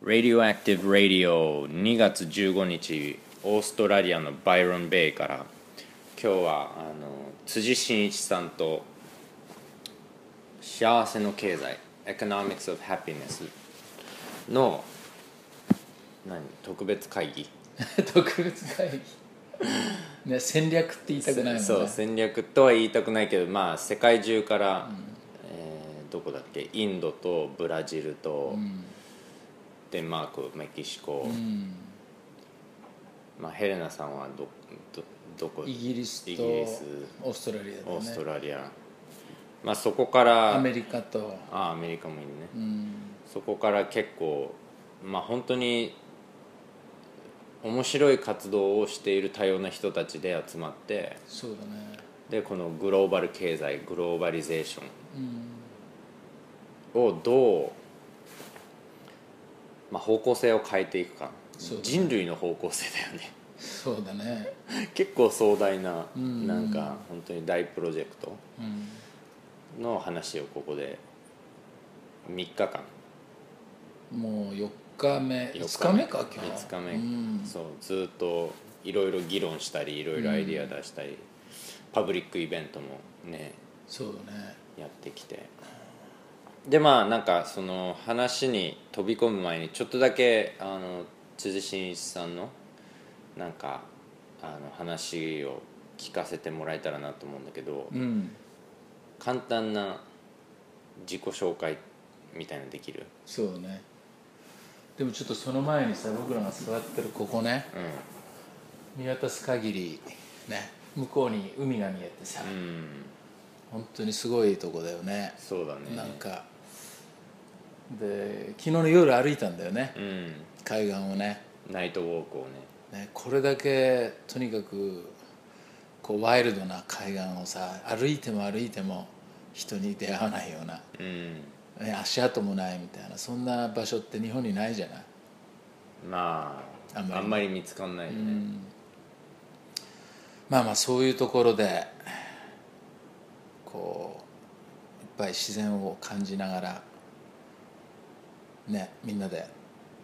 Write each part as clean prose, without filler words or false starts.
Radioactive Radio 2月15日オーストラリアのバイロンベイから今日は辻真一さんと幸せの経済 Economics of Happiness の特別会議特別会議ね、戦略って言いたくないもんね。 そう戦略とは言いたくないけど、まあ世界中から、どこだっけ、インドとブラジルと、デンマーク、メキシコ、まあ、ヘレナさんはどこ？ イギリスとオーストラリアだね。 オーストラリア、まあ、そこからアメリカとアメリカもいいね、そこから結構まあ本当に面白い活動をしている多様な人たちで集まって、 そうだね。 でこのグローバル経済グローバリゼーションをどう、まあ、方向性を変えていくか、ね、人類の方向性だよね。 そうだね結構壮大な、なんか本当に大プロジェクトの話をここで3日間、 もう4日目5日目か今日 5日目、そうずっといろいろ議論したりいろいろアイディア出したり、パブリックイベントもね、 そうだね、 やってきて、でまあなんかその話に飛び込む前にちょっとだけ辻真一さんのなんか話を聞かせてもらえたらなと思うんだけど、簡単な自己紹介みたいなのできる？ そうね。でもちょっとその前にさ、僕らが座ってるここね、見渡す限りね、向こうに海が見えてさ、本当にすごいとこだよね。 そうだね。 なんかで昨日の夜歩いたんだよね、海岸をね、 ナイトウォークをね、 これだけとにかくこうワイルドな海岸をさ、歩いても歩いても人に出会わないような、足跡もないみたいな、そんな場所って日本にないじゃない。 まああんまり見つかんないよね、 まあまあそういうところでこういっぱい自然を感じながらね、みんなで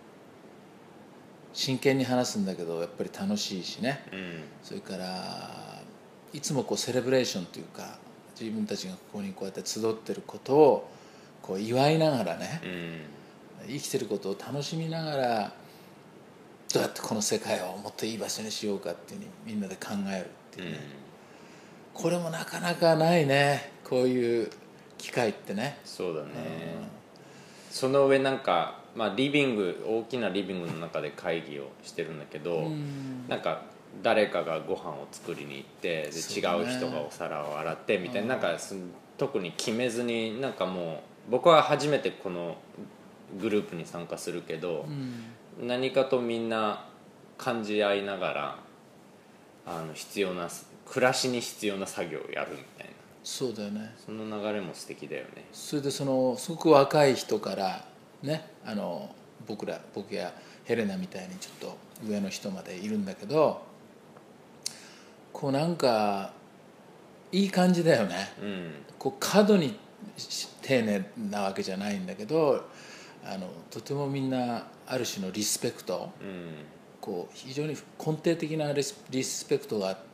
真剣に話すんだけどやっぱり楽しいしね、それからいつもこうセレブレーションというか、自分たちがここにこうやって集ってることをこう祝いながらね、生きてることを楽しみながらどうやってこの世界をもっといい場所にしようかっていうふうにみんなで考えるっていうね、これもなかなかないね、こういう機会ってね。 そうだね、その上なんか、まあ、大きなリビングの中で会議をしてるんだけど、なんか誰かがご飯を作りに行ってで、違う人がお皿を洗ってみたいな、なんか特に決めずに、なんかもう僕は初めてこのグループに参加するけど、何かとみんな感じ合いながら暮らしに必要な作業をやるみたいな。 そうだよね。 その流れも素敵だよね。 それですごく若い人からね、僕やヘレナみたいにちょっと上の人までいるんだけど、こうなんかいい感じだよね、こう過度に丁寧なわけじゃないんだけど、とてもみんなある種のリスペクト、こう非常に根底的なリスペクトがあって、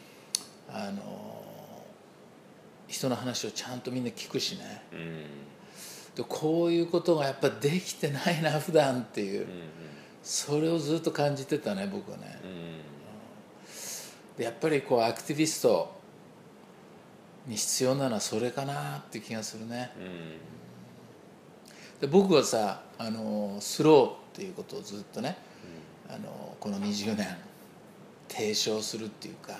人の話をちゃんとみんな聞くしね、でこういうことがやっぱできてないな普段っていう、それをずっと感じてたね、僕はね、でやっぱりこうアクティビストに必要なのはそれかなって気がするね、で僕はさスローっていうことをずっとね、この20年提唱するっていうか、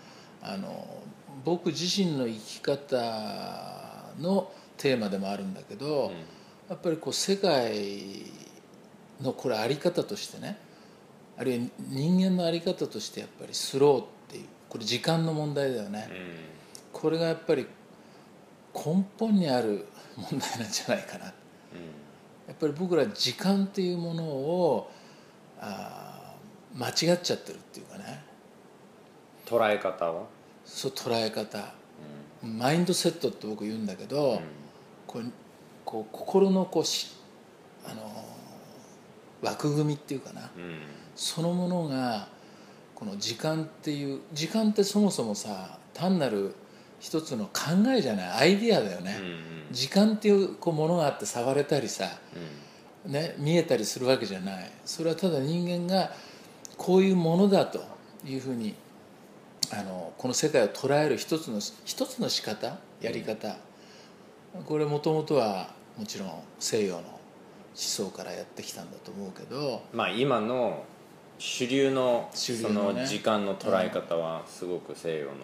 僕自身の生き方のテーマでもあるんだけど、やっぱりこう世界のこれ在り方としてね、あるいは人間の在り方としてやっぱりスローっていう、これ時間の問題だよね、これがやっぱり根本にある問題なんじゃないかな、やっぱり僕ら時間っていうものを間違っちゃってるっていうかね、 捉え方を、 そう捉え方、マインドセットって僕言うんだけど、こう心の枠組みっていうかな、そのものがこの時間っていう時間ってそもそもさ単なる一つの考えじゃないアイディアだよね、時間っていうものがあって触れたりさ、ね、見えたりするわけじゃない。それはただ人間がこういうものだというふうにこの世界を捉える一つの仕方やり方、これもともとはもちろん西洋の思想からやってきたんだと思うけど、 まあ今の主流のその時間の捉え方はすごく西洋の、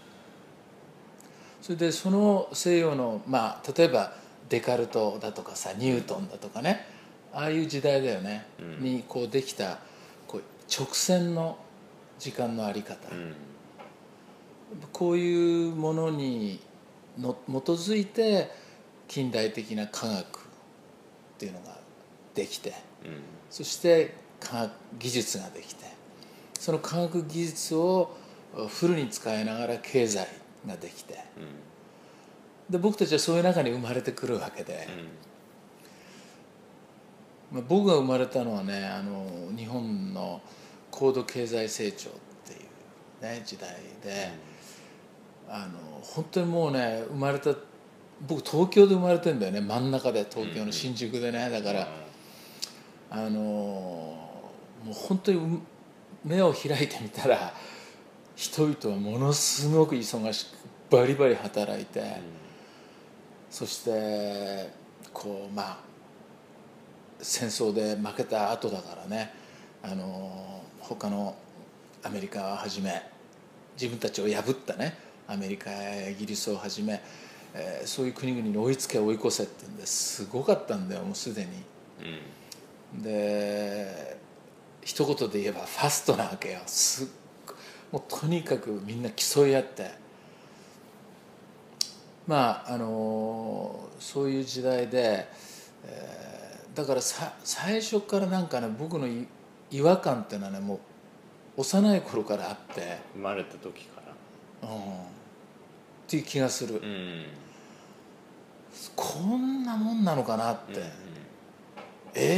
それでその西洋の例えばデカルトだとかさニュートンだとかね、ああいう時代だよね、にこうできたこう直線の時間のあり方、こういうものに基づいて近代的な科学っていうのができて、そして科学技術ができて、その科学技術をフルに使いながら経済ができて、で僕たちはそういう中に生まれてくるわけで、僕が生まれたのはね日本の高度経済成長っていう、ね、時代で、本当にもうね僕東京で生まれてんだよね、真ん中で、東京の新宿でね、だからもう本当に目を開いてみたら人々はものすごく忙しくバリバリ働いて、そしてこう戦争で負けた後だからね、他のアメリカをはじめ自分たちを破ったねアメリカやイギリスをはじめ、そういう国々に追いつけ追い越せっていうんですごかったんだよ、もうすでに。で一言で言えばファストなわけよ。もうとにかくみんな競い合って、そういう時代で、だから最初からなんかね僕の違和感っていうのはねもう幼い頃からあって、 生まれた時から、 っていう気がする、こんなもんなのかなって、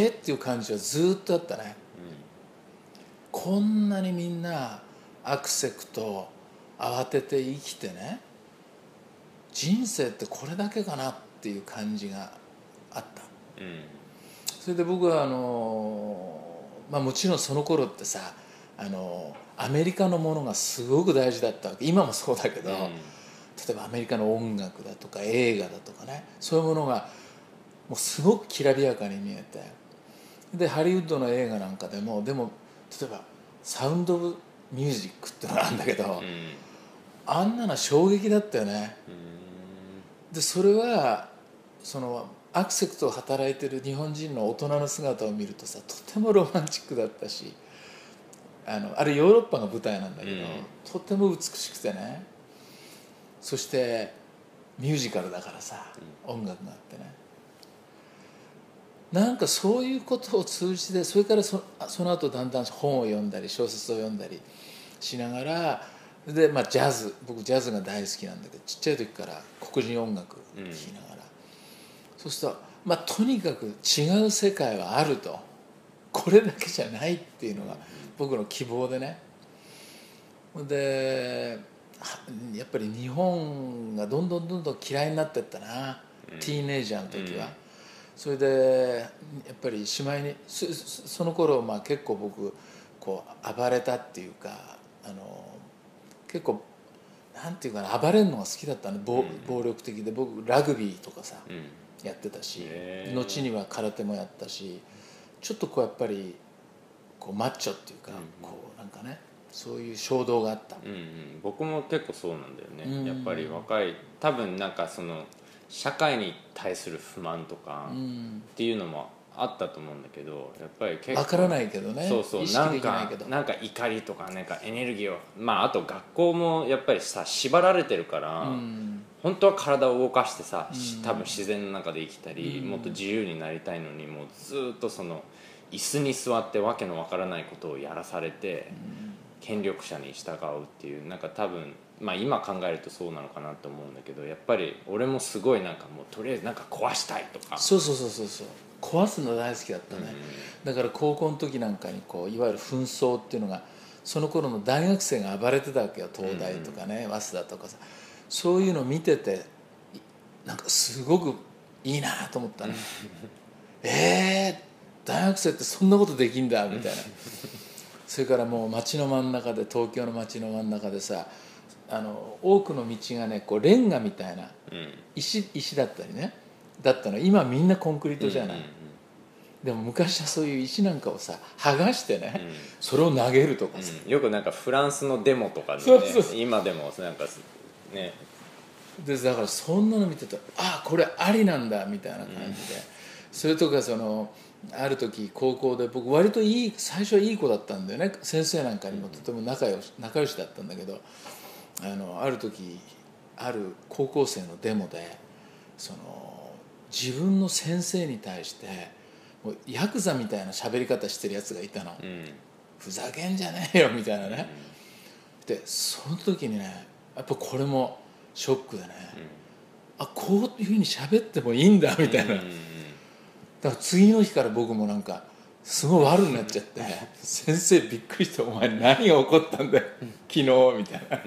っていう感じはずっとあったね、こんなにみんなアクセクと慌てて生きてね、人生ってこれだけかなっていう感じがあった、それで僕はもちろんその頃ってさアメリカのものがすごく大事だったわけ、今もそうだけど、例えばアメリカの音楽だとか映画だとかね、そういうものがもうすごくきらびやかに見えて、でハリウッドの映画なんかでも例えばサウンド・オブ・ミュージックってのがあるんだけど、あんなの衝撃だったよね、でそれはそのアクセクトを働いてる日本人の大人の姿を見るとさ、とてもロマンチックだったし、あれヨーロッパが舞台なんだけど、とても美しくてね、そしてミュージカルだからさ、音楽があってね、なんかそういうことを通じて、それからその後だんだん本を読んだり小説を読んだりしながら、で僕ジャズが大好きなんだけど、ちっちゃい時から黒人音楽聴きながら、そうするととにかく違う世界はあると、これだけじゃないっていうのが僕の希望でね。でやっぱり日本がどんどん嫌いになってったな、ティーンエイジャーの時は。それでやっぱりしまいにその頃結構僕こう暴れたっていうか、結構なんていうかな、暴れるのが好きだったの、暴力的で。僕ラグビーとかさ、やってたし、後には空手もやったし、ちょっとこうやっぱりこうマッチョっていうか、こうなんかね、そういう衝動があった、 僕も結構そうなんだよね、やっぱり若い、多分なんかその社会に対する不満とかっていうのもあったと思うんだけど、やっぱり結構分からないけどね、 そう意識できないけど、 なんか怒りとかなんかエネルギーを、あと学校もやっぱりさ縛られてるから、本当は体を動かしてさ、多分自然の中で生きたり、もっと自由になりたいのに、もうずっとその椅子に座ってわけのわからないことをやらされて、権力者に従うっていう、なんか多分今考えるとそうなのかなと思うんだけど、やっぱり俺もすごいなんかもうとりあえずなんか壊したいとか、 そう壊すの大好きだったね、だから高校の時なんかにこういわゆる紛争っていうのがその頃の大学生が暴れてたわけよ、東大とかね、早稲田とかさ、そういうのを見ててなんかすごくいいなと思ったね大学生ってそんなことできんだみたいなそれからもう街の真ん中で、東京の街の真ん中でさ、多くの道がねこうレンガみたいな石だったりねだったの。今みんなコンクリートじゃない、でも昔はそういう石なんかをさ剥がしてね、それを投げるとかさ、 よくなんかフランスのデモとかでね、今でもなんかねでだからそんなの見てたら、あこれありなんだみたいな感じで、それとかある時高校で僕割と最初はいい子だったんだよね、先生なんかにもとても仲良しだったんだけど、ある時ある高校生のデモで自分の先生に対してもうヤクザみたいな喋り方してるやつがいたの、ふざけんじゃねえよみたいなね、でその時にねやっぱこれもショックでね、こういうふうに喋ってもいいんだみたいな、だから次の日から僕もなんかすごい悪くなっちゃって先生びっくりして「お前何が起こったんだよ昨日」みたいな、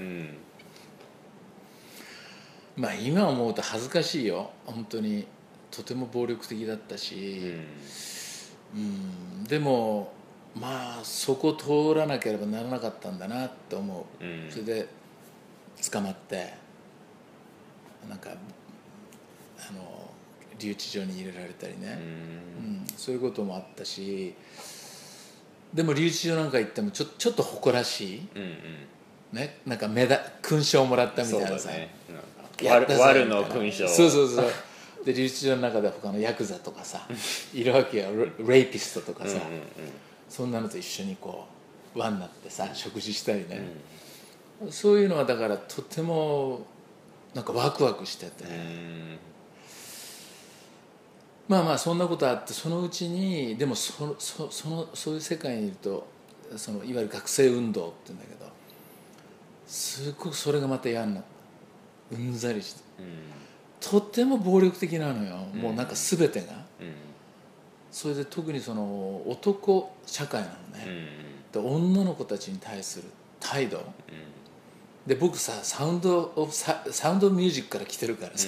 まあ今思うと恥ずかしいよ本当に、とても暴力的だったし、でもまあそこを通らなければならなかったんだなって思う、それで捕まってなんか留置場に入れられたりね、そういうこともあったし、でも留置場なんか行ってもちょっと誇らしい、ね、なんか勲章をもらったみたいなさ、 悪の勲章、 そうで留置場の中で他のヤクザとかさいるわけよ、レイピストとかさ、そんなのと一緒にこう輪になってさ食事したりね、そういうのはだからとてもなんかワクワクしてて、まあまあそんなことあって、そのうちにでもそういう世界にいるといわゆる学生運動って言うんだけど、すごくそれがまた嫌になった、うんざりして、とても暴力的なのよ、もうなんか全てが、それで特に男社会なのね、で女の子たちに対する態度、で僕さサウンドミュージックから来てるからさ、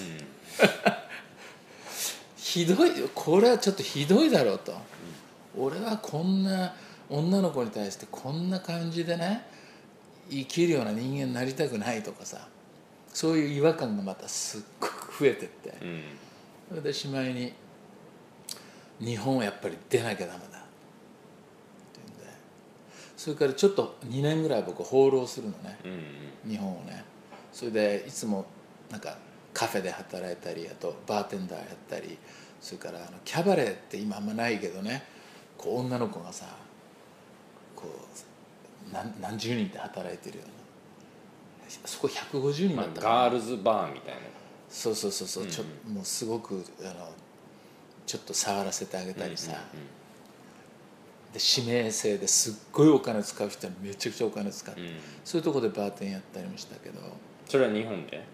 ひどい、これはちょっとひどいだろうと、俺はこんな女の子に対してこんな感じでね生きるような人間になりたくないとかさ、そういう違和感がまたすっごく増えてって、それでしまいに日本はやっぱり出なきゃダメだって言うんで、それからちょっと2年ぐらい僕放浪するのね、日本をね。それでいつもなんかカフェで働いたり、あとバーテンダーやったり、それからキャバレーって今あんまないけどね、こう女の子がさこう何十人って働いてるような、そこ150人だったかな、 ガールズバーみたいな、 そう、もうすごくちょっと触らせてあげたりさ、で指名制ですっごいお金使う人はめちゃくちゃお金使って、そういうとこでバーテンやったりもしたけど、 それは日本で、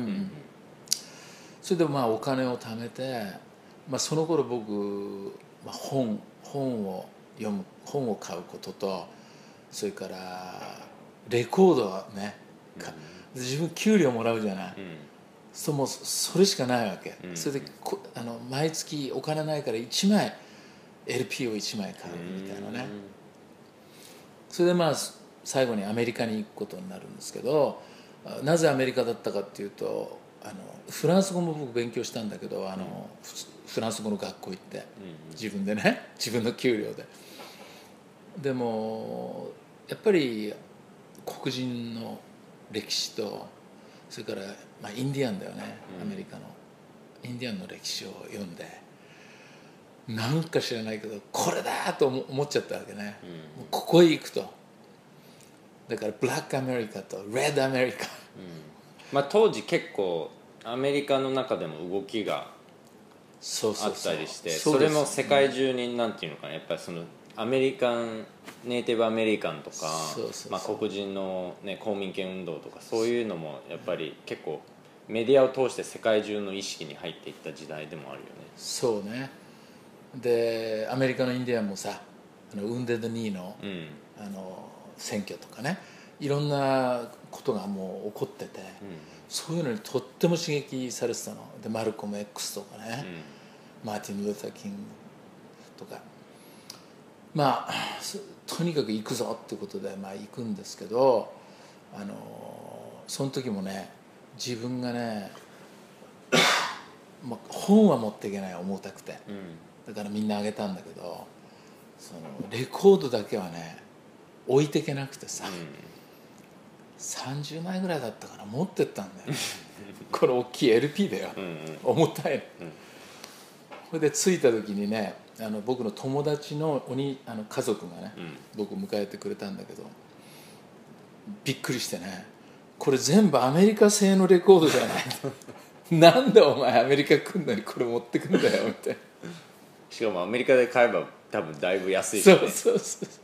それでまあお金を貯めて、まあ、その頃僕、まあ、本を読む、本を買うことと、それからレコードはね、自分給料もらうじゃない、もうそれしかないわけ、それで毎月お金ないから1枚 LP を1枚買うみたいなね、それでまあ最後にアメリカに行くことになるんですけど、なぜアメリカだったかっていうと、フランス語も僕勉強したんだけど、フランス語の学校行って、自分でね、自分の給料で。でもやっぱり黒人の歴史と、それから、まあ、インディアンだよね、アメリカのインディアンの歴史を読んで、なんか知らないけどこれだと思っちゃったわけね、もうここへ行くと。だからブラックアメリカとレッドアメリカ、 まあ、当時結構アメリカの中でも動きがあったりして、それも世界中になんていうのかな、やっぱりアメリカンネイティブアメリカンとか、まあ、黒人の、ね、公民権運動とか、そういうのもやっぱり結構メディアを通して世界中の意識に入っていった時代でもあるよね。 そうね、 でアメリカのインディアンもさウンデッドニーの、 うん、 選挙とかね、いろんなことがもう起こってて、そういうのにとっても刺激されてたので、マルコム X とかね、マーティン・ルーサー・キングとか、まあとにかく行くぞってことで、まあ、行くんですけど、その時もね自分がね、まあ、本は持っていけない、重たくて、だからみんなあげたんだけど、そのレコードだけはね置いていけなくてさ、30枚ぐらいだったかな、持ってったんだよこれ大きい LP だよ、重たいの、それで着いた時にね、僕の友達の家族がね、僕を迎えてくれたんだけど、びっくりしてね、これ全部アメリカ製のレコードじゃないなんでお前アメリカ来んのにこれ持ってくんだよみたいな。 しかもアメリカで買えば多分だいぶ安いしね。 そう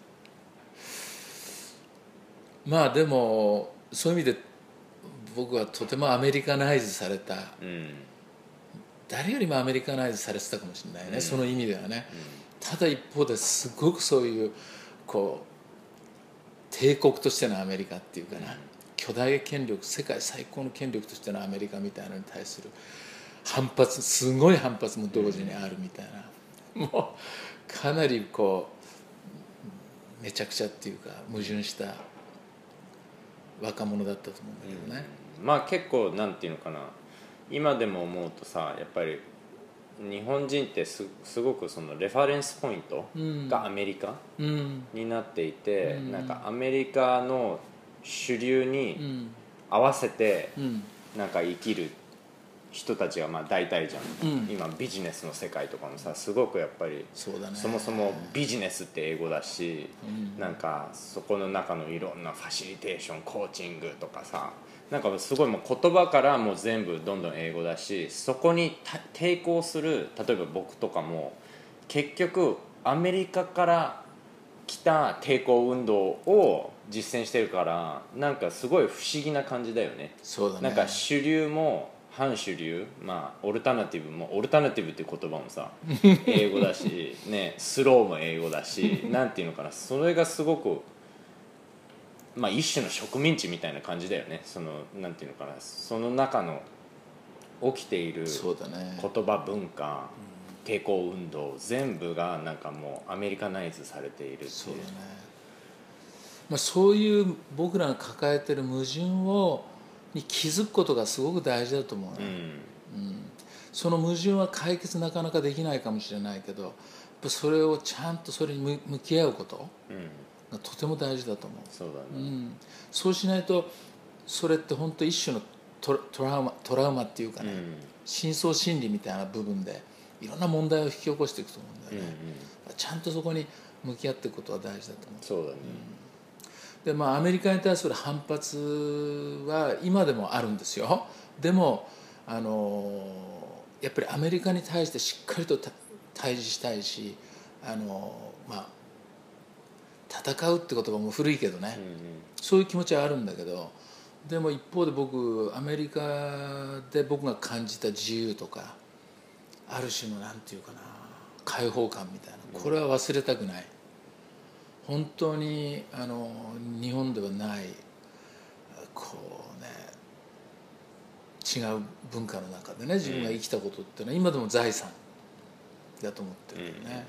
まあでもそういう意味で僕はとてもアメリカナイズされた、誰よりもアメリカナイズされてたかもしれないね、その意味ではね、ただ一方ですごくそういうこう帝国としてのアメリカっていうかな、巨大権力、世界最高の権力としてのアメリカみたいなのに対する反発、すごい反発も同時にあるみたいな、もうかなりこうめちゃくちゃっていうか矛盾した若者だったと思うんだけどね、 まあ結構なんていうのかな、今でも思うとさ、やっぱり日本人ってすごくそのレファレンスポイントがアメリカになっていて、なんかアメリカの主流に合わせてなんか生きる人たちがまあ大体じゃん、今ビジネスの世界とかもさ、すごくやっぱり そもそもビジネスって英語だし、なんかそこの中のいろんなファシリテーション、コーチングとかさ、なんかすごいもう言葉からもう全部どんどん英語だし、そこに抵抗する、例えば僕とかも結局アメリカから来た抵抗運動を実践してるから、なんかすごい不思議な感じだよね。 そうだね、 なんか主流も反主流、まあオルタナティブも、オルタナティブっていう言葉もさ英語だし、ね、スローも英語だし、なんていうのかな、それがすごくまあ一種の植民地みたいな感じだよね。そのなんていうのかな、その中の起きている言葉、文化、抵抗運動全部がなんかもうアメリカナイズされているっていう。 そうだね、まあ、そういう僕らが抱えてる矛盾に気づくことがすごく大事だと思うね、その矛盾は解決なかなかできないかもしれないけど、やっぱそれをちゃんとそれに向き合うことがとても大事だと思う。 そうだね、 そうしないとそれって本当一種のトラウマっていうかね、深層心理みたいな部分でいろんな問題を引き起こしていくと思うんだよね、ちゃんとそこに向き合っていくことは大事だと思う。 そうだね、 でまあ、アメリカに対する反発は今でもあるんですよ。でもやっぱりアメリカに対してしっかりと対峙したいし、まあ、戦うって言葉も古いけどね、そういう気持ちはあるんだけど、でも一方で僕アメリカで僕が感じた自由とか、ある種のなんていうかな、解放感みたいな、これは忘れたくない。本当に日本ではないこうね、違う文化の中でね自分が生きたことっていうのは今でも財産だと思ってるよね、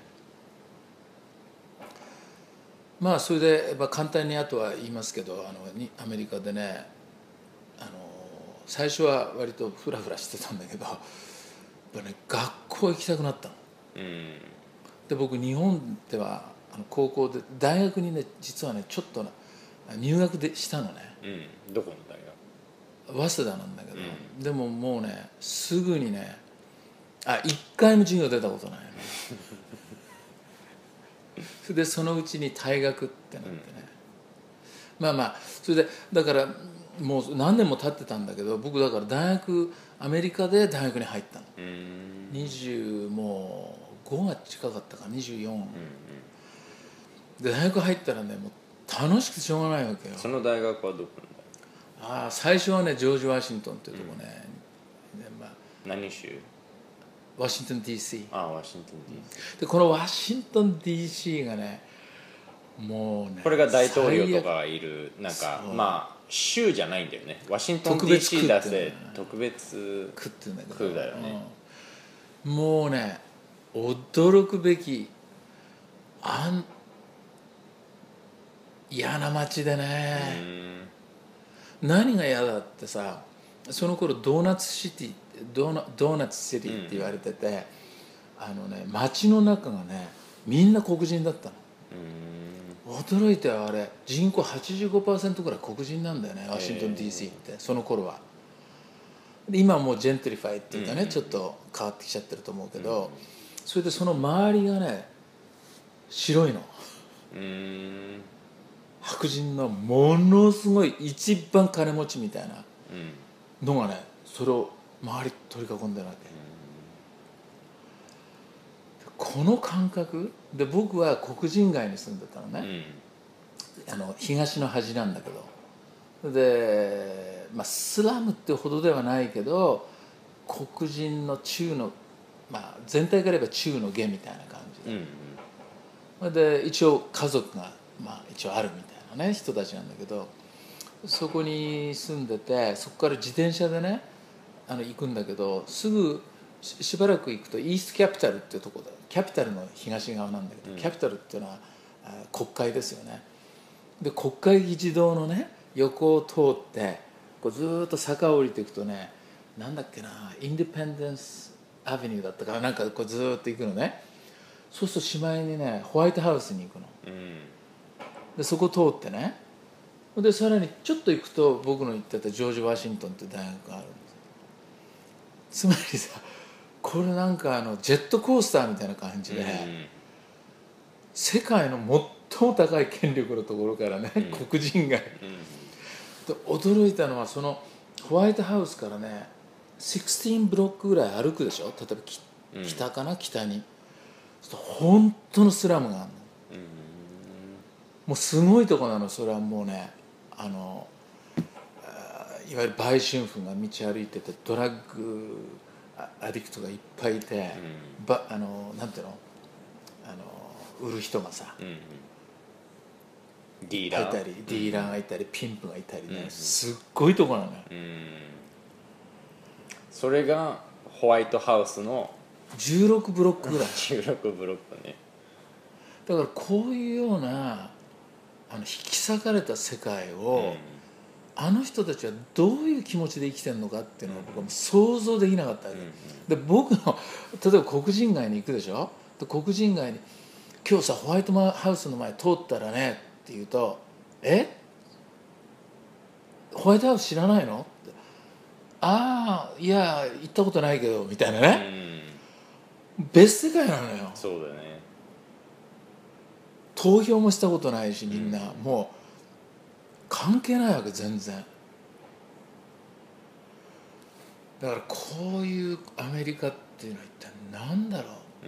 まあそれで簡単にあとは言いますけど、アメリカでね、最初は割とフラフラしてたんだけど、やっぱね学校行きたくなったの、で僕日本では高校で大学にね実はねちょっと入学したのね、 どこの大学早稲田なんだけど、でももうねすぐにね一回も授業出たことないのでそのうちに退学ってなってね、まあまあそれでだからもう何年も経ってたんだけど、僕だからアメリカで大学に入ったの、20もう5が近かったか24、で大学入ったらねもう楽しくてしょうがないわけよ。 その大学はどこなんだ？ 最初はねジョージ・ワシントンっていうとこね、 何州？ ワシントン DC ワシントン DC でこのワシントン DC がねもうねこれが大統領とかがいるなんかまあ州じゃないんだよねワシントン DC だせ特別区っていうんだけど区だよね、 もうね驚くべき嫌な街でね何が嫌だってさその頃ドーナツシティドーナツシティって言われてて、街の中がねみんな黒人だったの。驚いたよあれ人口 85% ぐらい黒人なんだよねワシントン DC ってその頃は。今はもうジェントリファイっていうかね、ちょっと変わってきちゃってると思うけど、それでその周りがね白いの。白人のものすごい一番金持ちみたいなのがねそれを周り取り囲んでるわけ。この感覚で僕は黒人街に住んでたのね、東の端なんだけどで、スラムってほどではないけど黒人の中の、全体から言えば中の下みたいな感じで、一応家族が、一応あるみたいなね人たちなんだけどそこに住んでてそこから自転車でね行くんだけどすぐしばらく行くとイーストキャピタルっていうところだキャピタルの東側なんだけど、キャピタルっていうのは国会ですよね。で国会議事堂のね横を通ってこうずっと坂を降りていくとねなんだっけなインディペンデンスアベニューだったからなんかこうずっと行くのね。そうするとしまいにねホワイトハウスに行くの、でそこ通ってねでさらにちょっと行くと僕の行ってたジョージ・ワシントンっていう大学があるんです。つまりさこれなんかジェットコースターみたいな感じで、世界の最も高い権力のところからね、黒人街、で驚いたのはそのホワイトハウスからね16ブロックぐらい歩くでしょ例えば北かな、北に本当のスラムがあるの、もうすごいとこなの。それはもうねいわゆる売春婦が道歩いててドラッグアディクトがいっぱいいて、なんていうの売る人がさ、 ディーラーいたりディーラーがいたり、ピンプがいたりね、すっごいとこなのよ、 それがホワイトハウスの 16ブロックぐらい 16ブロックね。 だからこういうような引き裂かれた世界を、あの人たちはどういう気持ちで生きてるのかっていうのを僕は想像できなかったわけ、で僕の例えば黒人街に行くでしょ。で黒人街に今日さホワイトハウスの前通ったらねって言うとえホワイトハウス知らないのってああいや行ったことないけどみたいなね、別世界なのよ。 そうだね。 投票もしたことないしみんな、もう関係ないわけ全然。だからこういうアメリカっていうのは一体何だろ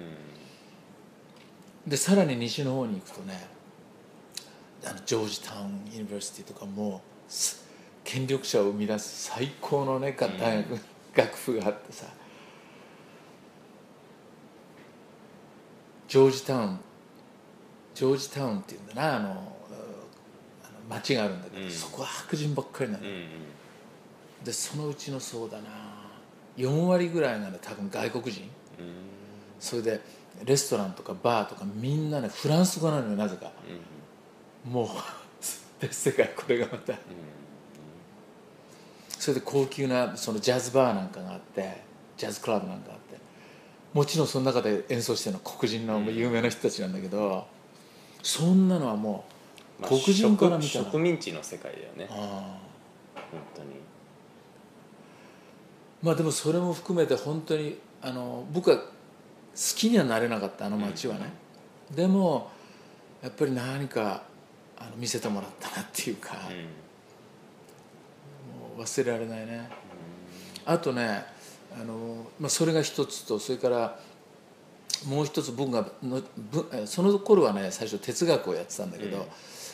う、でさらに西の方に行くとねジョージタウンユニバーシティとかも権力者を生み出す最高のね大学、学府があってさジョージタウンっていうんだな町があるんだけど、そこは白人ばっかりなの、でそのうちのそうだな4割ぐらいがね多分外国人、それでレストランとかバーとかみんなねフランス語なのよなぜか、もう別世界これがまた、それで高級なそのジャズバーなんかがあってジャズクラブなんかあってもちろんその中で演奏してるのは黒人の有名な人たちなんだけど、そんなのはもう黒人から見たら植民地の世界だよね。本当に。 でもそれも含めて本当に僕は好きにはなれなかった街はね、でもやっぱり何か見せてもらったなっていうか、もう忘れられないね、あとねそれが一つと、それからもう一つ僕がその頃はね最初哲学をやってたんだけど、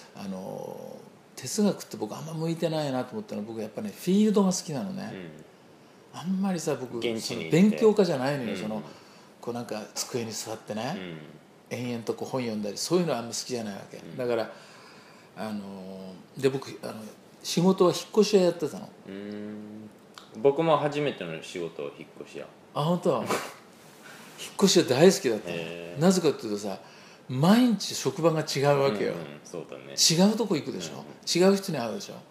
哲学って僕あんま向いてないなと思ったのは、僕やっぱねフィールドが好きなのね、あんまりさ僕現地に勉強家じゃないのよ、 こうなんか机に座ってね、延々とこう本読んだり、そういうのはあんま好きじゃないわけ、だからで僕仕事は引っ越し屋やってたの。 僕も初めての仕事引っ越し屋。 あ、本当。引っ越し屋大好きだったの。なぜかっていうとさ、毎日職場が違うわけよ、 そうだね、 違うとこ行くでしょ、違う人に会うでしょ。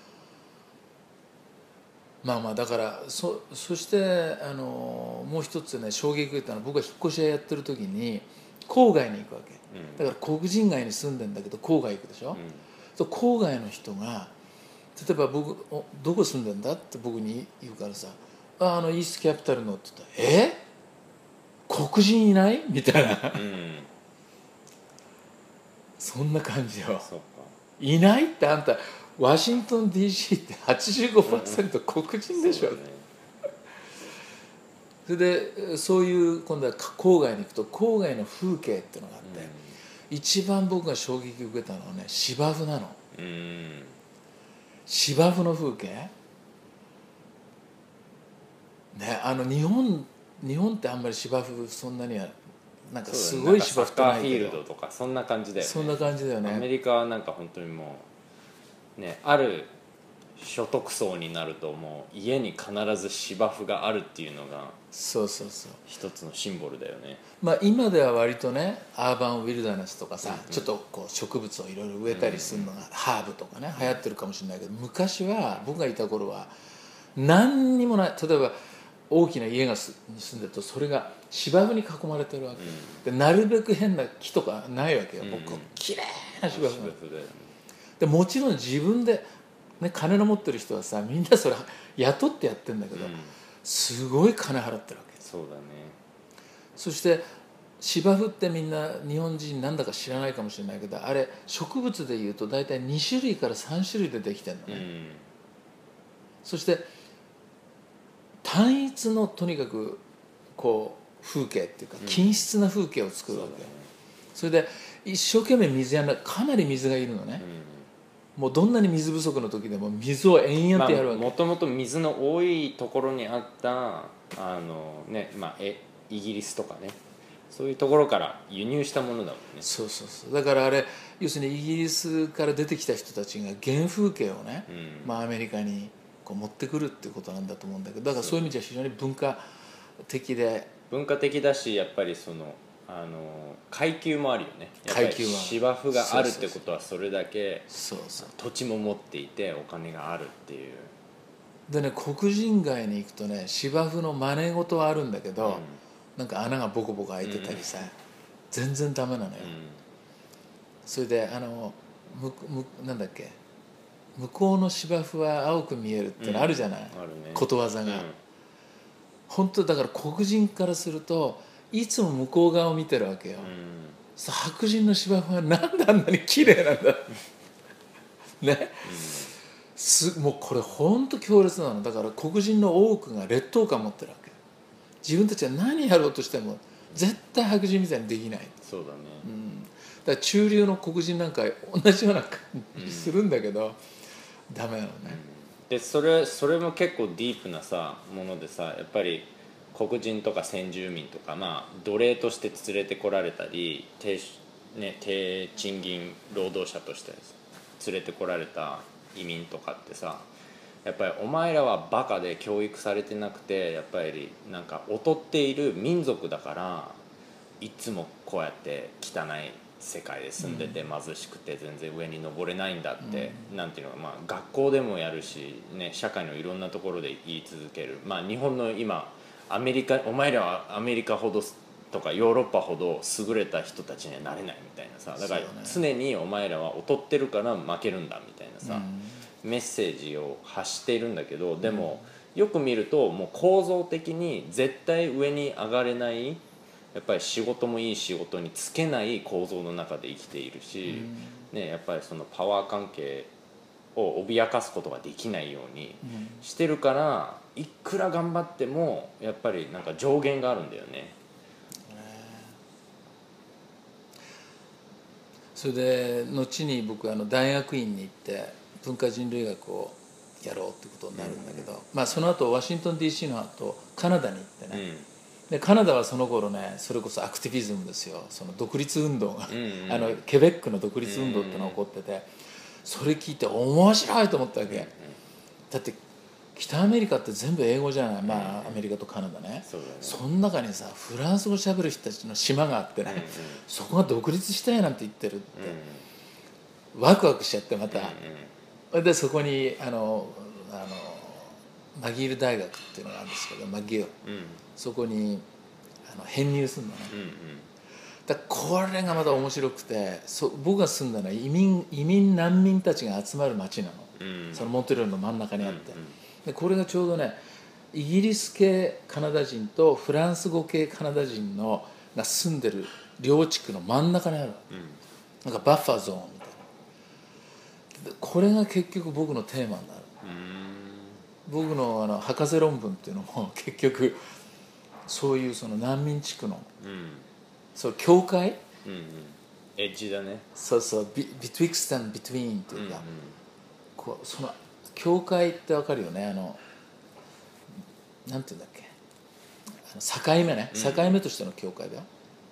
まあまあだからそしてもう一つね衝撃を受けたのは、僕が引っ越し屋やってる時に郊外に行くわけ、だから黒人街に住んでんだけど郊外行くでしょ、郊外の人が例えば僕どこ住んでんだって僕に言うからさ、イーストキャピタルのって言ったら黒人いないみたいな、そんな感じよ。 そうか、 いないってあんたワシントン DC って 85% 黒人でしょ、それでそういう今度は郊外に行くと郊外の風景っていうのがあって、一番僕が衝撃を受けたのはね芝生なの。芝生の風景ね、日本ってあんまり芝生そんなにはなんかすごい芝生ってないけど、 サッカーフィールドとかそんな感じだよね。 そんな感じだよね。 アメリカはなんか本当にもうね、ある所得層になるともう家に必ず芝生があるっていうのが一つのシンボルだよね。 まあ今では割とねアーバンウィルダネスとかさ、ちょっとこう植物をいろいろ植えたりするのが、ハーブとかね流行ってるかもしれないけど、昔は僕がいた頃は何にもない。例えば大きな家に住んでるとそれが芝生に囲まれてるわけ、でなるべく変な木とかないわけよ、僕きれいな芝生で、もちろん自分で、ね、金の持ってる人はさみんなそれ雇ってやってるんだけど、すごい金払ってるわけ。 そうだね。 そして芝生ってみんな日本人なんだか知らないかもしれないけど、あれ植物でいうと大体2種類から3種類でできてるのね、そして単一のとにかくこう風景っていうか均質な風景を作るわけ、それで一生懸命水やらない、かなり水がいるのね、もうどんなに水不足の時でも水を延々とやるわけ。 もともと水の多いところにあったイギリスとかね、そういうところから輸入したものだもんね。 そうだからあれ要するにイギリスから出てきた人たちが原風景をね、アメリカにこう持ってくるっていうことなんだと思うんだけど、だからそういう意味じゃ非常に文化的だし、やっぱりその階級もあるよね。やっぱり芝生があるってことはそれだけ土地も持っていてお金があるっていうでね、黒人街に行くとね芝生の真似事はあるんだけど、なんか穴がボコボコ開いてたりさ、全然ダメなのよ、それでなんだっけ、向こうの芝生は青く見えるってのあるじゃない、ことわざが、本当だから黒人からするといつも向こう側を見てるわけよ、白人の芝生はなんであんなに綺麗なんだね、もうこれ本当強烈なの。だから黒人の多くが劣等感を持ってるわけ。自分たちは何やろうとしても絶対白人みたいにできない。 そうだね、 だから中流の黒人なんか同じような感じするんだけど、ダメなのね、 でそれも結構ディープなさものでさ、やっぱり黒人とか先住民とか、奴隷として連れてこられたり低賃金労働者として連れてこられた移民とかってさ、やっぱりお前らはバカで教育されてなくて、やっぱりなんか劣っている民族だからいつもこうやって汚い世界で住んでて貧しくて全然上に登れないんだって、なんていうのか、学校でもやるし、社会のいろんなところで言い続ける、日本の今お前らはアメリカほどとかヨーロッパほど優れた人たちにはなれないみたいなさ、だから常にお前らは劣ってるから負けるんだみたいなさ、メッセージを発しているんだけど、でもよく見るともう構造的に絶対上に上がれない、やっぱり仕事もいい仕事に就けない構造の中で生きているし、やっぱりそのパワー関係を脅かすことができないようにしてるから、いくら頑張ってもやっぱりなんか上限があるんだよね。 それで後に僕大学院に行って文化人類学をやろうってことになるんだけど、その後ワシントン DC の後カナダに行ってね、 でカナダはその頃ねそれこそアクティビズムですよ、その独立運動が、 うんうん、 ケベックの独立運動ってのが起こってて、それ聞いて面白いと思ったわけ、だって北アメリカって全部英語じゃない、まあアメリカとカナダね、 そうだね、 その中にさフランス語しゃべる人たちの島があってね、そこが独立したいなんて言ってるって、ワクワクしちゃってまた、でそこにマギール大学っていうのがあるんですけど、マギール、そこに編入するのね、だこれがまた面白くて、僕が住んだのは移民難民たちが集まる町なの、そのモントリオールの真ん中にあって、でこれがちょうどねイギリス系カナダ人とフランス語系カナダ人のが住んでる両地区の真ん中にある、なんかバッファーゾーンみたいな、これが結局僕のテーマになる、僕の博士論文っていうのも結局そういうその難民地区の、そう境界、 エッジだね、 そうそう、betwixt and between っていうか、こうその境界ってわかるよね、なんていうんだっけ、境目ね、境目としての境界だよ、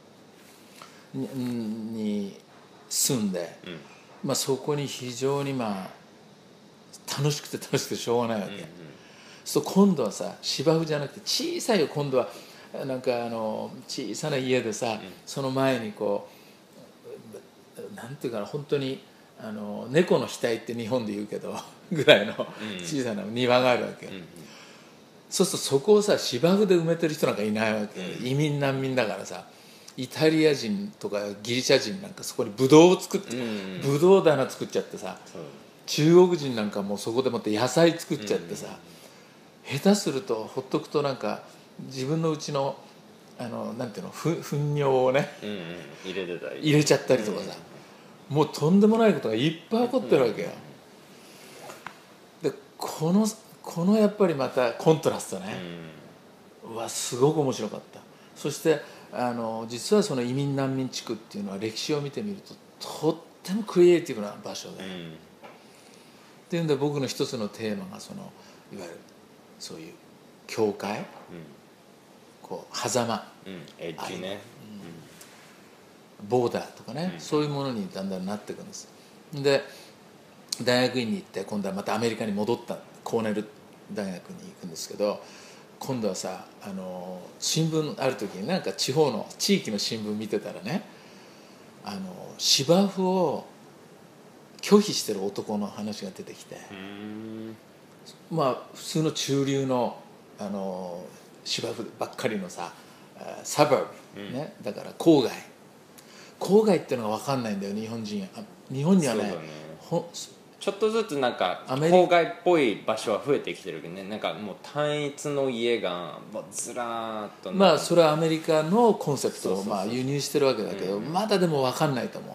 に住んで、まあ、そこに非常にまあ楽しくてしょうがないわけ、そう今度はさ芝生じゃなくて小さいよ、今度はなんか小さな家でさ、その前にこうなんていうかな、本当に猫の額って日本で言うけどぐらいの小さな庭があるわけ、そうするとそこをさ芝生で埋めてる人なんかいないわけ、移民難民だからさ、イタリア人とかギリシャ人なんかそこにブドウを作って、ブドウ棚作っちゃってさ、中国人なんかもうそこでもって野菜作っちゃってさ、下手するとほっとくとなんか自分のうちのなんていうの糞尿をね、入れちゃったりとかさ、もうとんでもないことがいっぱい起こってるわけよ、でこのやっぱりまたコントラストね、すごく面白かった。そして実はその移民難民地区っていうのは歴史を見てみるととってもクリエイティブな場所で、っていうんで僕の一つのテーマがそのいわゆるそういう境界、こう狭間、 エッジね、 ボーダーとかね、そういうものにだんだんなっていくんです。で大学院に行って今度はまたアメリカに戻った、コーネル大学に行くんですけど、今度はさ新聞ある時になんか地域の新聞見てたらね、芝生を拒否してる男の話が出てきて、まあ普通の中流の芝生ばっかりのさサバーブ、ね、だから郊外っていうのが分かんないんだよ日本人。日本にはねちょっとずつなんか郊外っぽい場所は増えてきてるけどね、なんかもう単一の家がもうずらーっと、 まあそれはアメリカのコンセプトをまあ輸入してるわけだけど、まだでも分かんないと思う、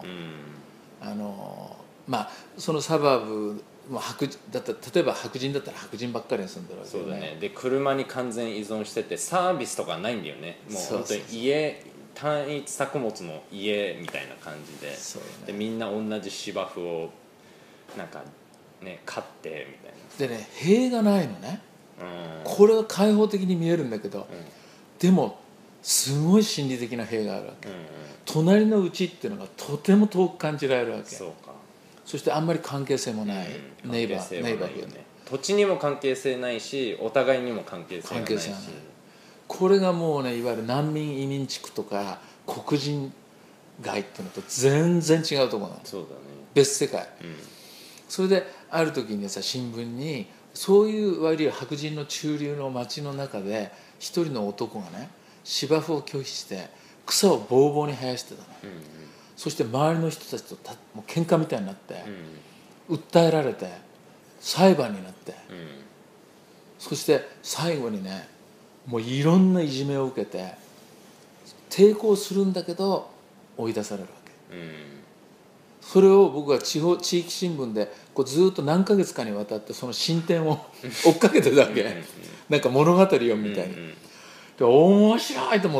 まあそのサバーブもだった例えば白人だったら白人ばっかりに住んでるわけそうだね。で車に完全依存しててサービスとかないんだよね、もう本当に単一作物の家みたいな感じで、でみんな同じ芝生をなんかね飼ってみたいなでね、塀がないのね、これは開放的に見えるんだけど、でもすごい心理的な塀があるわけ、隣の家っていうのがとても遠く感じられるわけ。 そうか。 そしてあんまり関係性もない、ネイバーフード、 土地にも関係性ないしお互いにも関係性がないし、 これがもうねいわゆる難民移民地区とか黒人街っていうのと全然違うところなの。 そうだね、 別世界、それである時にさ新聞にそういういわゆる白人の中流の街の中で一人の男がね芝生を拒否して草をボーボーに生やしてたの、そして周りの人たちともう喧嘩みたいになって、訴えられて裁判になって、そして最後にねもういろんないじめを受けて抵抗するんだけど追い出されるわけ、それを僕は地域新聞でこうずっと何ヶ月かにわたってその進展を追っかけてたわけなんか物語をみたいに、で面白いと思って、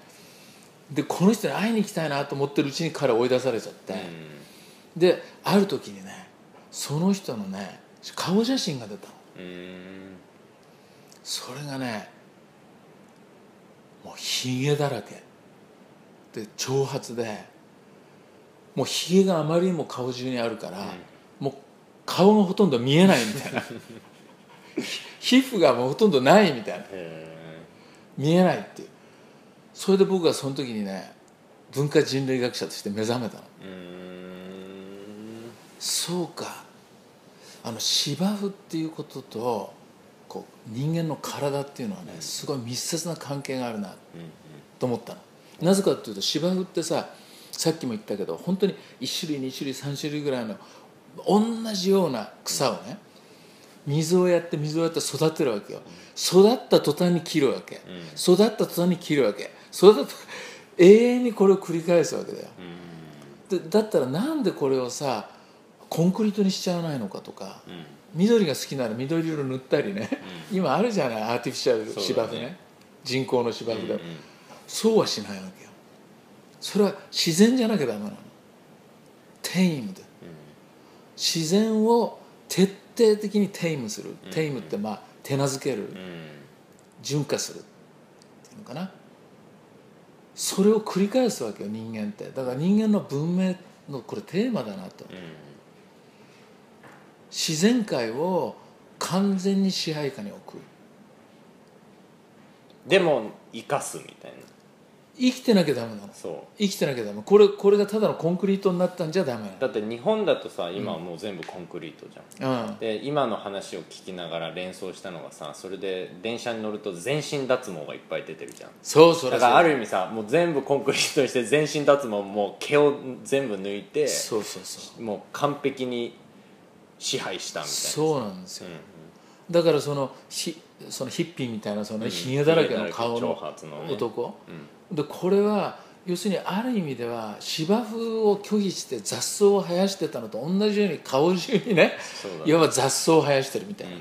でこの人に会いに行きたいなと思ってるうちに彼は追い出されちゃって、である時にねその人のね顔写真が出たの、それがねもうひげだらけで長髪で、もうひげがあまりにも顔中にあるから、もう顔がほとんど見えないみたいな皮膚がもうほとんどないみたいな、見えないっていう。それで僕はその時にね、文化人類学者として目覚めたの。そうか、芝生っていうこととこう人間の体っていうのはね、すごい密接な関係があるなと思ったの。なぜかっていうと、芝生ってさっきも言ったけど、本当に1種類2種類3種類ぐらいの同じような草をね、水をやって育てるわけよ。育った途端に切るわけ、育った途端に切るわけ、育った永遠にこれを繰り返すわけだよ。だったらなんでこれをさコンクリートにしちゃわないのかとか、緑が好きなら緑色塗ったりね、今あるじゃない、アーティフィシャル芝生ね、人工の芝生で、そうはしないわけよ。それは自然じゃなきゃダメなの。テイムで、自然を徹底的にテイムする、テイムって手なずける、純化するっていうのかな。それを繰り返すわけよ、人間って。だから人間の文明のこれテーマだなと、自然界を完全に支配下に置く、 でも生かすみたいな。 生きてなきゃダメなの。 そう生きてなきゃダメ。これがただのコンクリートになったんじゃダメなの。 だって日本だとさ、今はもう全部コンクリートじゃん、で今の話を聞きながら連想したのがさ、それで電車に乗ると全身脱毛がいっぱい出てるじゃん。 そうだからある意味さ、もう全部コンクリートにして全身脱毛も毛を全部抜いて、もう完璧に支配したみたいな。 そうなんですよ、だからそのヒッピーみたいなひげだらけの顔の男、でこれは要するにある意味では芝生を拒否して雑草を生やしてたのと同じように顔中にね、いわば雑草を生やしてるみたいな、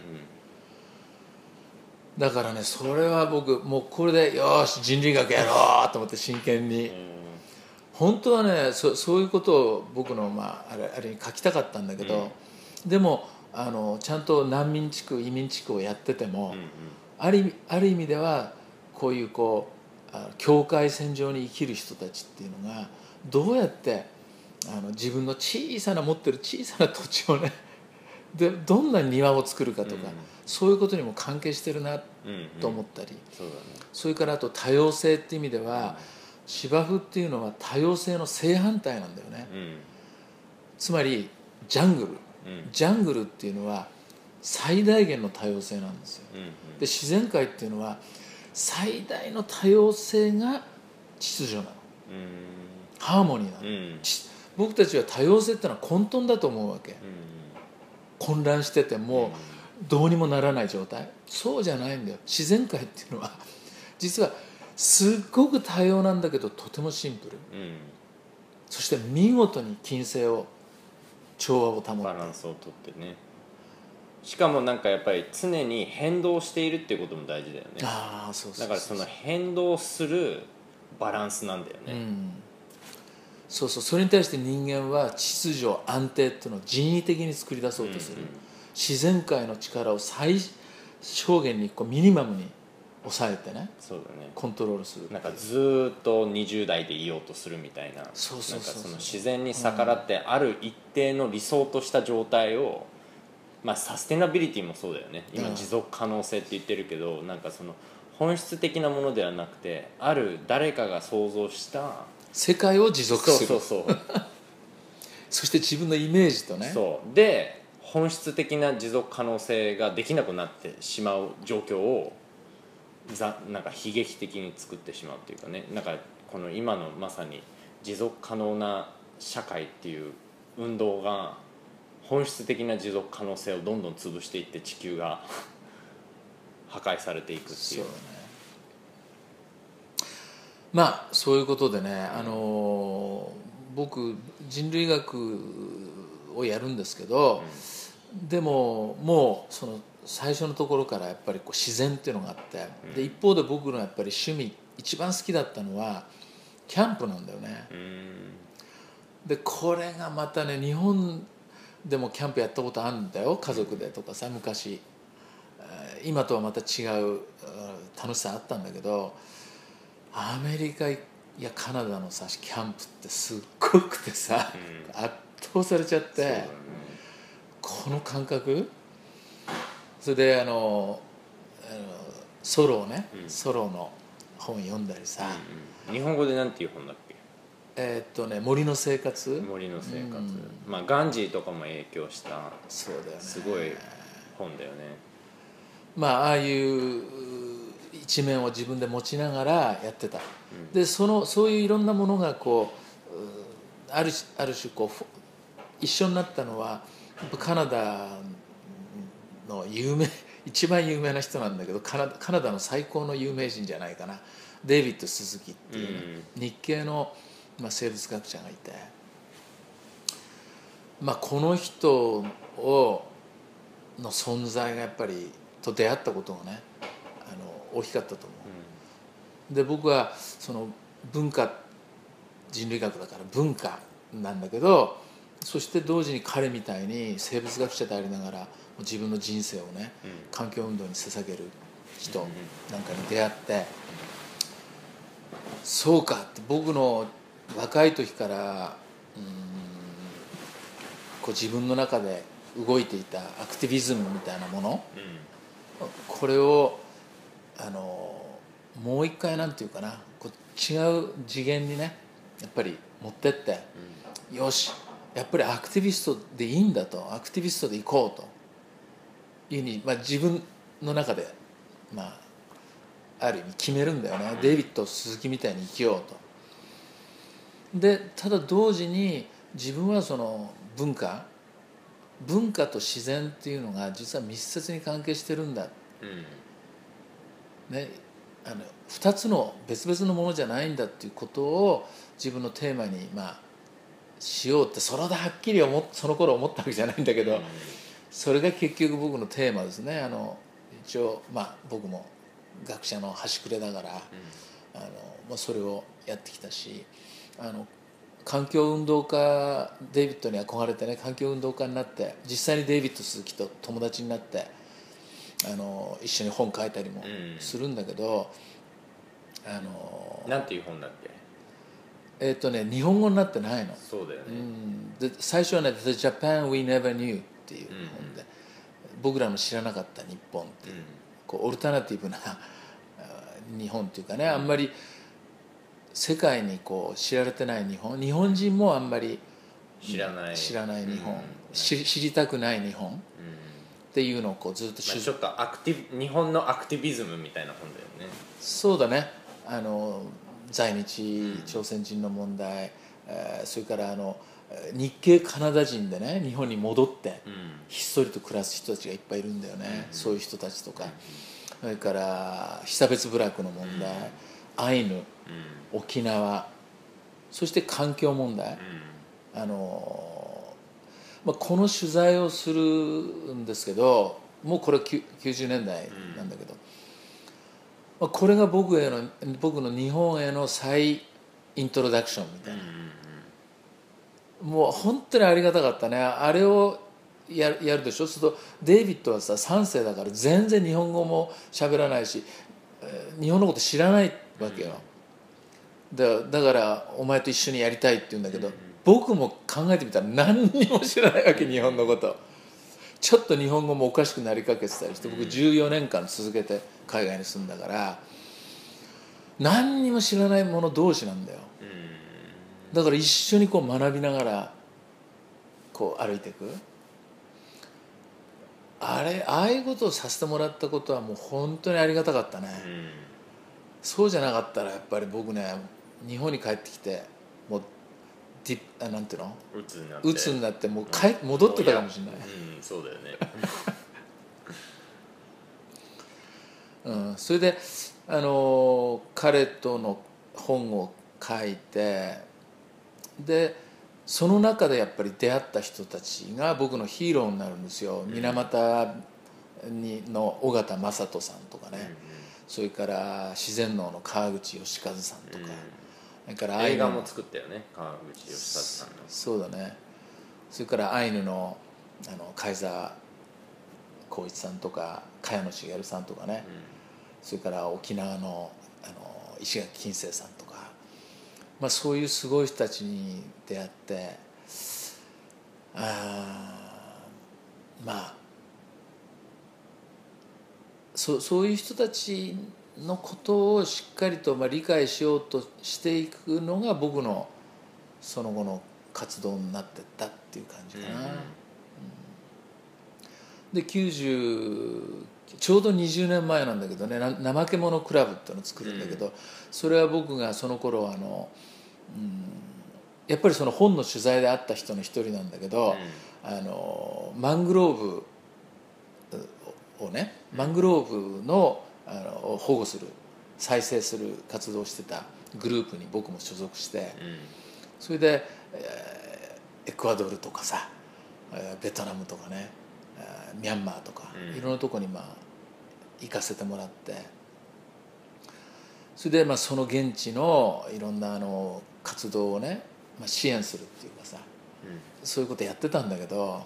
だからね、それは僕もうこれでよし人類学やろうと思って真剣に、本当はねそういうことを僕のあれに書きたかったんだけど、でもちゃんと難民地区移民地区をやってても、ある意味ではこういう境界線上に生きる人たちっていうのがどうやって自分の持ってる小さな土地をねでどんな庭を作るかとか、そういうことにも関係してるなと思ったり、それからあと多様性っていう意味では、芝生っていうのは多様性の正反対なんだよね、つまりジャングルっていうのは最大限の多様性なんですよ、で自然界っていうのは最大の多様性が秩序なの、ハーモニーなの、僕たちは多様性ってのは混沌だと思うわけ、混乱しててもどうにもならない状態。そうじゃないんだよ。自然界っていうのは実はすっごく多様なんだけどとてもシンプル、そして見事に均整を調和を保ってバランスをとってね。しかもなんかやっぱり常に変動しているっていうことも大事だよね。だからその変動するバランスなんだよね、 それに対して人間は秩序安定っていうのを人為的に作り出そうとする、自然界の力を最小限にミニマムに抑えてね、コントロールする。 なんかずっと20代でいようとするみたいな、その自然に逆らってある一定の理想とした状態を、サステナビリティもそうだよね。今持続可能性って言ってるけど、なんかその本質的なものではなくて、ある誰かが想像した世界を持続するそして自分のイメージとね、 で本質的な持続可能性ができなくなってしまう状況をなんか悲劇的に作ってしまうっていうかね、なんかこの今のまさに持続可能な社会っていう運動が本質的な持続可能性をどんどん潰していって地球が破壊されていくっていう。 そういうことでね、僕人類学をやるんですけど、でももうその最初のところからやっぱり自然っていうのがあって、で一方で僕のやっぱり趣味一番好きだったのはキャンプなんだよね、でこれがまたね、日本でもキャンプやったことあるんだよ、家族でとかさ、昔。今とはまた違う楽しさあったんだけど、 アメリカやカナダのさキャンプってすっごくてさ、圧倒されちゃって、ね、この感覚。それでソロをね、ソロの本読んだりさ、 日本語でなんていう本だっけ？ 森の生活。 森の生活、まあガンジーとかも影響した、 そうだよね、 すごい本だよね。まあああいう一面を自分で持ちながらやってた、でそういういろんなものがこうある種こう一緒になったのはカナダの一番有名な人なんだけど、カナダの最高の有名人じゃないかな、デイビッド・スズキっていう、ね、日系の、生物学者がいて、この人の存在がやっぱりと出会ったことがね大きかったと思う、で僕はその人類学だから文化なんだけど、そして同時に彼みたいに生物学者でありながら自分の人生をね、環境運動に捧げる人なんかに出会って、そうかって僕の若い時からこう自分の中で動いていたアクティビズムみたいなもの、これをもう一回なんていうかな、こう違う次元にねやっぱり持ってって、よしやっぱりアクティビストでいいんだと、アクティビストでいこうというふうに、自分の中で、ある意味決めるんだよね、デイビッド・鈴木みたいに生きようと。でただ同時に自分はその文化と自然っていうのが実は密接に関係してるんだ、ね、2つの別々のものじゃないんだっていうことを自分のテーマにしようってそれではっきりその頃思ったわけじゃないんだけど、それが結局僕のテーマですね。一応僕も学者の端くれだから、それをやってきたし、環境運動家デイビッドに憧れてね、環境運動家になって実際にデイビッド鈴木と友達になって一緒に本書いたりもするんだけど、 なんていう本だっけ？ 日本語になってないの。 そうだよね、 で最初はね「The Japan We Never Knew」っていう本で、僕らの知らなかった日本っていう、こうオルタナティブな日本っていうかね、あんまり世界にこう知られてない日本人もあんまり知らない日本、知りたくない日本っていうのをこうずっとちょっと日本のアクティビズムみたいな本だよね。 そうだね、在日朝鮮人の問題、それから日系カナダ人でね日本に戻ってひっそりと暮らす人たちがいっぱいいるんだよね、そういう人たちとか、それから被差別部落の問題、アイヌ、沖縄、そして環境問題、この取材をするんですけど、もうこれ90年代なんだけど、これが僕の日本への再イントロダクションみたいな、もう本当にありがたかったね。あれをやるでしょ。そうするとデイビッドはさ3世だから全然日本語も喋らないし、日本のこと知らないわけよ。だからお前と一緒にやりたいって言うんだけど、僕も考えてみたら何にも知らないわけ、日本のこと。ちょっと日本語もおかしくなりかけてたりして、僕14年間続けて海外に住んだから何にも知らない者同士なんだよ。だから一緒にこう学びながらこう歩いていく、ああいうことをさせてもらったことはもう本当にありがたかったね。そうじゃなかったらやっぱり僕ね、日本に帰ってきてもうなんていうの、鬱になってもう戻ってたかもしれない。 そうだよね。それで彼との本を書いて、でその中でやっぱり出会った人たちが僕のヒーローになるんですよ。水俣の尾形正人さんとかね、それから自然農の川口義和さんとか、それから映画も作ったよね、川口義和さんの。 そうだね。それからアイヌの貝澤浩一さんとか茅野茂さんとかね、それから沖縄の石垣金星さんとか、そういうすごい人たちに出会って、そういう人たちのことをしっかりと理解しようとしていくのが僕のその後の活動になってったっていう感じかな。で90ちょうど20年前なんだけどね、怠け者クラブっていうのを作るんだけど、それは僕がその頃やっぱりその本の取材で会った人の一人なんだけど、マングローブをね、マングローブの保護する再生する活動をしてたグループに僕も所属して、それで、エクアドルとかさ、ベトナムとかね、ミャンマーとか、いろんなとこに行かせてもらって、それでその現地のいろんな活動をね、支援するっていうかさ、そういうことやってたんだけど、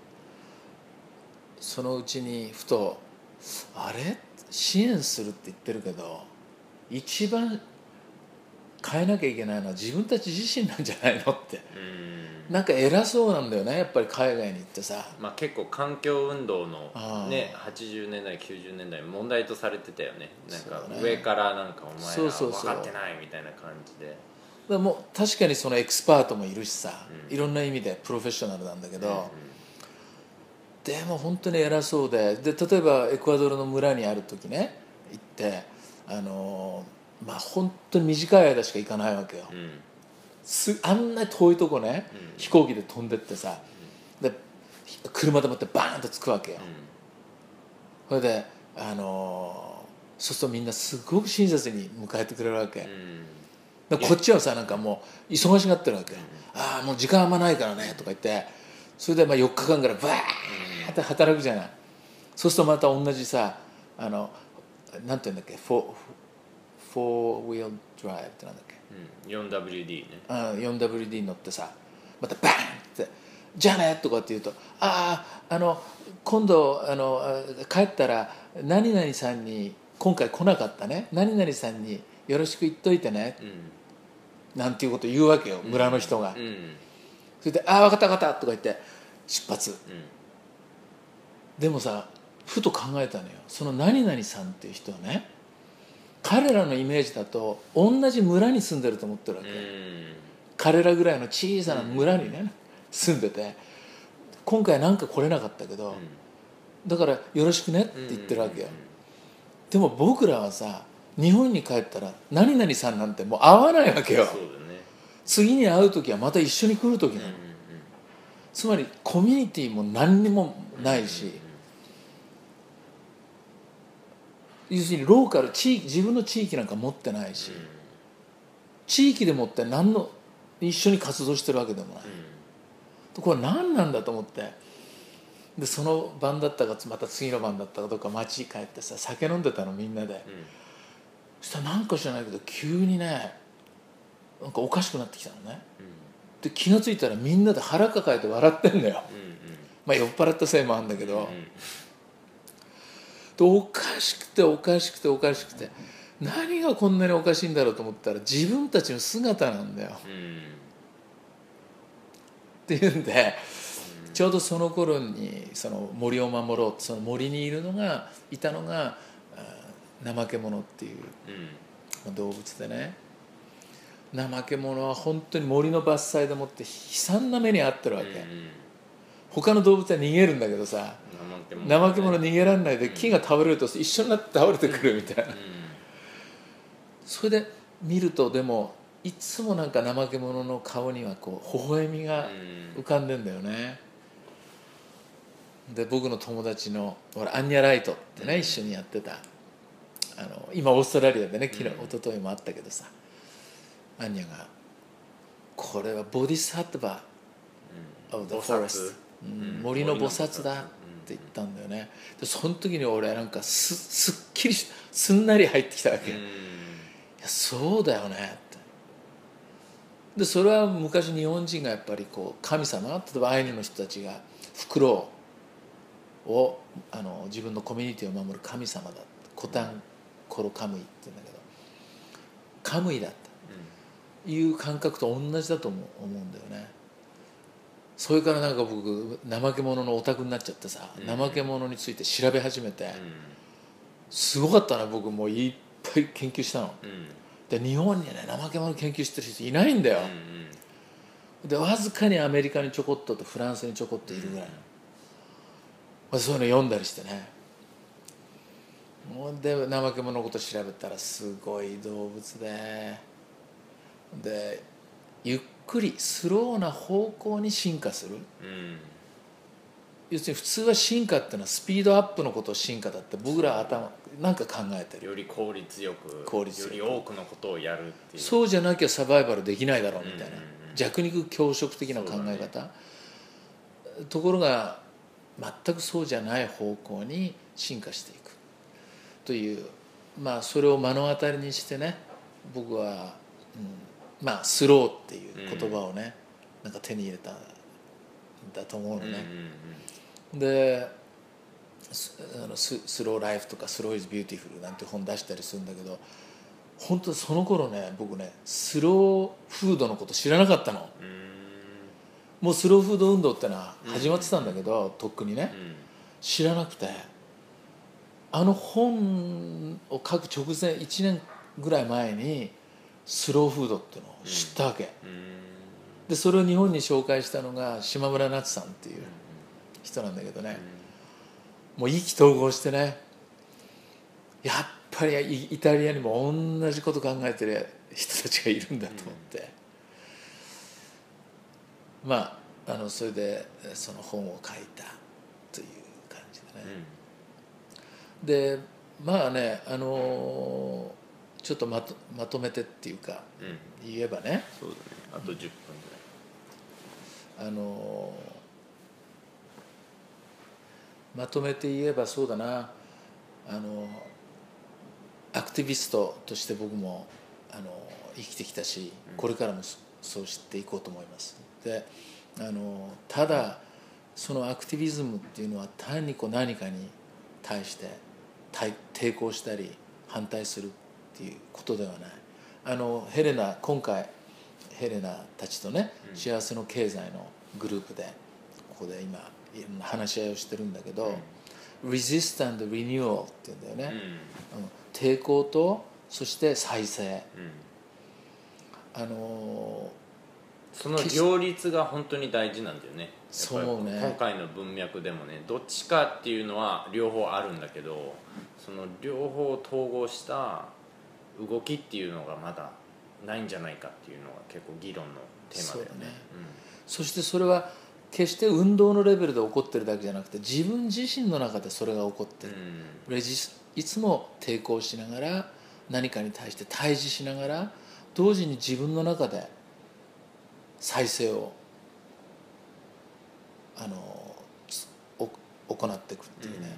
そのうちにふとあれ支援するって言ってるけど一番変えなきゃいけないのは自分たち自身なんじゃないのって、なんか偉そうなんだよね、やっぱり海外に行ってさ。 結構環境運動のね、80年代90年代問題とされてたよね。なんか上からなんかお前ら分かってないみたいな感じで。 もう確かにそのエキスパートもいるしさ、いろんな意味でプロフェッショナルなんだけど、でも本当に偉そうで、例えばエクアドルの村にある時ね行って、本当に短い間しか行かないわけよ、あんな遠いとこね、飛行機で飛んでってさ、で車でもってバーンと着くわけよ、それでそうするとみんなすごく親切に迎えてくれるわけ、こっちはさなんかもう忙しがってるわけよ、ああもう時間あんまないからねとか言って、それで4日間ぐらいバーって働くじゃない。そうするとまた同じさ、なんていうんだっけ、フォーウィールドライブってなんだっけ、 4WD ね、 4WD に乗ってさ、またバーンってじゃあねとかって言うと、今度帰ったら何々さんに今回来なかったね何々さんによろしく言っといてね、なんていうこと言うわけよ、村の人が、それで「ああ分かった分かった」とか言って出発、でもさふと考えたのよ、その何々さんっていう人はね、彼らのイメージだと同じ村に住んでると思ってるわけ、彼らぐらいの小さな村にね、住んでて、今回なんか来れなかったけど、だからよろしくねって言ってるわけよ、でも僕らはさ日本に帰ったら何々さんなんてもう会わないわけよ、次に会う時はまた一緒に来る時なの、つまりコミュニティも何にもないし、要するにローカル自分の地域なんか持ってないし、地域でもって一緒に活動してるわけでもない、これ何なんだと思って、でその晩だったかまた次の晩だったかどっか町帰ってさ酒飲んでたのみんなで、そしたらなんか知らないけど急にねなんかおかしくなってきたのね、で気が付いたらみんなで腹抱えて笑ってんだよ、酔っ払ったせいもあるんだけど、でおかしくておかしくておかしくて、何がこんなにおかしいんだろうと思ったら自分たちの姿なんだよ、っていうんで、ちょうどその頃にその森を守ろう、その森にいたのが怠け者っていう動物でね、怠け者は本当に森の伐採でもって悲惨な目に遭ってるわけ、他の動物は逃げるんだけどさ、怠け者逃げられないで木が倒れると一緒になって倒れてくるみたいな、それで見るとでもいつもなんか怠け者の顔にはこう微笑みが浮かんでんだよね、で僕の友達のアンニャ・ライトってね、一緒にやってた今オーストラリアでね一昨日もあったけどさ、アンニャがこれはボディサトバ of the forest、森の菩薩だって言ったんだよね。でその時に俺なんかすっきりすんなり入ってきたわけ、いやそうだよねって。でそれは昔日本人がやっぱりこう神様、例えばアイヌの人たちがフクロウを自分のコミュニティを守る神様だ、コタンコロカムイって言うんだけど、 カムイだという感覚と同じだと思うんだよね。それからなんか僕怠け者のオタクになっちゃってさ、怠け者について調べ始めて、すごかったな。僕もういっぱい研究したの、で日本にね怠け者研究してる人いないんだよ、でわずかにアメリカにちょこっととフランスにちょこっといるぐらいの、そういうの読んだりしてね。で怠け者のこと調べたらすごい動物でゆっくりスローな方向に進化する、要するに普通は進化っていうのはスピードアップのことを進化だって僕ら頭なんか考えてる。 より効率よく効率よくより多くのことをやるっていう。 そうじゃなきゃサバイバルできないだろうみたいな、弱肉強食的な考え方、ところが全くそうじゃない方向に進化していくという、それを目の当たりにしてね、僕は、スローっていう言葉をね、なんか手に入れたんだと思うのね、でスローライフとかスローイズビューティフルなんて本出したりするんだけど、本当その頃ね僕ねスローフードのこと知らなかったの。もうスローフード運動ってのは始まってたんだけど、とっくにね、知らなくて、あの本を書く直前1年ぐらい前にスローフードっていうのを知ったわけ、でそれを日本に紹介したのが島村夏さんっていう人なんだけどね、もう意気投合してね、やっぱりイタリアにも同じこと考えてる人たちがいるんだと思って、それでその本を書いたという感じでね、でちょっとまとめてっていうか、言えばね、 そうだね、あと10分ぐらい、 まとめて言えばそうだな、アクティビストとして僕も生きてきたし、これからもそうしていこうと思います。でただそのアクティビズムっていうのは単に何かに対して抵抗したり反対するっていうことではない。今回ヘレナたちとね、幸せの経済のグループでここで今いろんな話し合いをしてるんだけど、Resist and Renewal っていうんだよね、抵抗とそして再生、 その両立が本当に大事なんだよね。 そうね、 今回の文脈でもね、どっちかっていうのは両方あるんだけど、その両方統合した動きっていうのがまだないんじゃないかっていうのが結構議論のテーマだよね。 そしてそれは決して運動のレベルで起こってるだけじゃなくて、自分自身の中でそれが起こってる、いつも抵抗しながら何かに対して対峙しながら、同時に自分の中で再生を行っていくっていうね、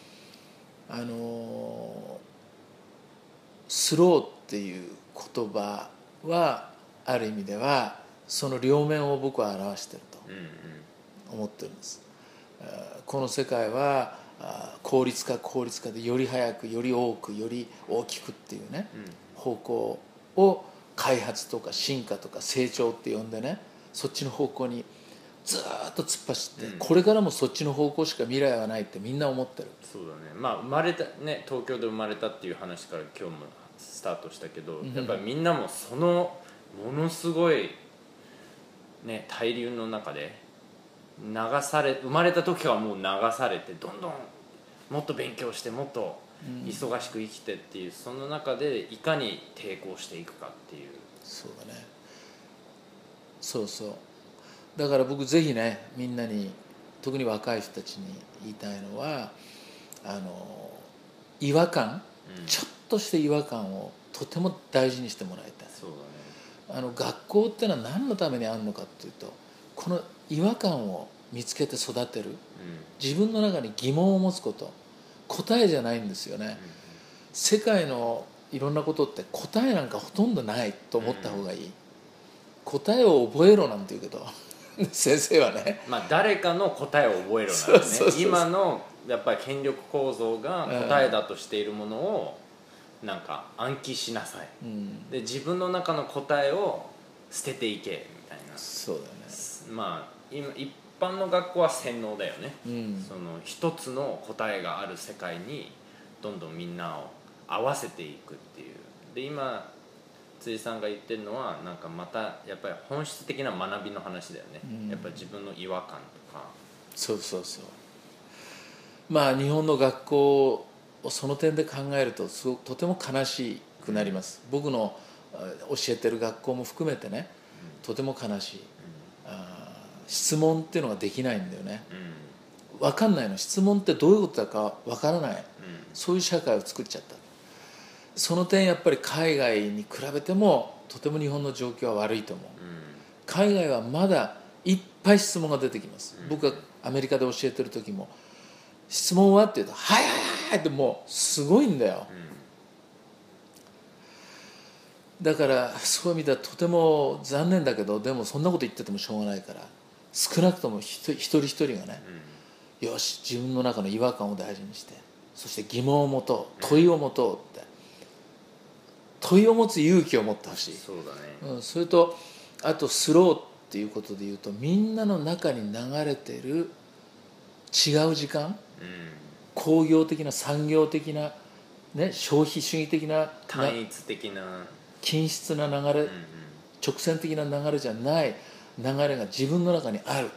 スローっていう言葉はある意味ではその両面を僕は表していると思ってるんです。この世界は効率化でより早くより多くより大きくっていうね、方向を開発とか進化とか成長って呼んでね、そっちの方向にずっと突っ走って、これからもそっちの方向しか未来はないってみんな思ってる。 そうだね、生まれたね、東京で生まれたっていう話から今日もスタートしたけど、やっぱりみんなもそのものすごいね対流の中で生まれた時からもう流されて、どんどんもっと勉強してもっと忙しく生きてっていう、その中でいかに抵抗していくかっていう。 そうだね、そうだから僕ぜひね、みんなに、特に若い人たちに言いたいのは、違和感、ちょっとした違和感をとても大事にしてもらいたい。 そうだね、 学校ってのは何のためにあるのかっていうと、この違和感を見つけて育てる、自分の中に疑問を持つこと、答えじゃないんですよね。世界のいろんなことって答えなんかほとんどないと思った方がいい。答えを覚えろなんて言うけど先生はね、 誰かの答えを覚えろなんてね、今のやっぱり権力構造が答えだとしているものをなんか暗記しなさい、 うん、 で自分の中の答えを捨てていけみたいな。 そうだよね。 まあ今一般の学校は洗脳だよね、 うん、 その一つの答えがある世界にどんどんみんなを合わせていくっていう。で今辻さんが言ってるのはなんかまたやっぱり本質的な学びの話だよね、 うん、 やっぱり自分の違和感とか。 そうそうそう。まあ日本の学校をその点で考えるととても悲しくなります、僕の教えてる学校も含めてね、とても悲しい、質問っていうのができないんだよね、分かんないの、質問ってどういうことだか分からない、そういう社会を作っちゃった。その点やっぱり海外に比べてもとても日本の状況は悪いと思う、海外はまだいっぱい質問が出てきます、僕がアメリカで教えてる時も質問はって言うと「はいはいはい」ってもうすごいんだよ、だからそういう意味ではとても残念だけど、でもそんなこと言っててもしょうがないから、少なくとも一人一人がね、よし自分の中の違和感を大事にして、そして疑問を持とう、問いを持とうって、問いを持つ勇気を持ってほしい。 そうだね、 それとあとスローっていうことでいうと、みんなの中に流れてる違う時間、工業的な産業的な、ね、消費主義的な単一的な均質な流れ、直線的な流れじゃない流れが自分の中にある、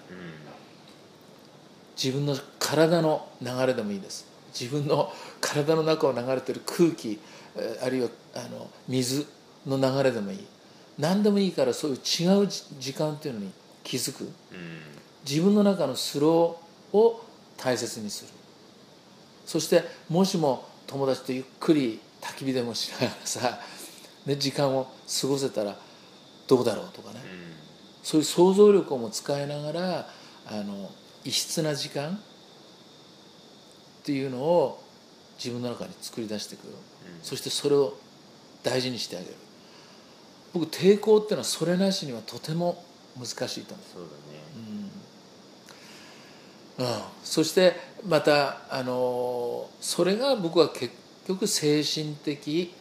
自分の体の流れでもいいです、自分の体の中を流れてる空気、あるいは水の流れでもいい、何でもいいから、そういう違う時間っていうのに気づく、自分の中のスローを大切にする。そしてもしも友達とゆっくり焚き火でもしながらさ、ね、時間を過ごせたらどうだろうとかね、そういう想像力をも使いながら異質な時間っていうのを自分の中に作り出していく、そしてそれを大事にしてあげる。僕抵抗っていうのはそれなしにはとても難しいと思う。 そうだね、 そしてまたそれが僕は結局精神的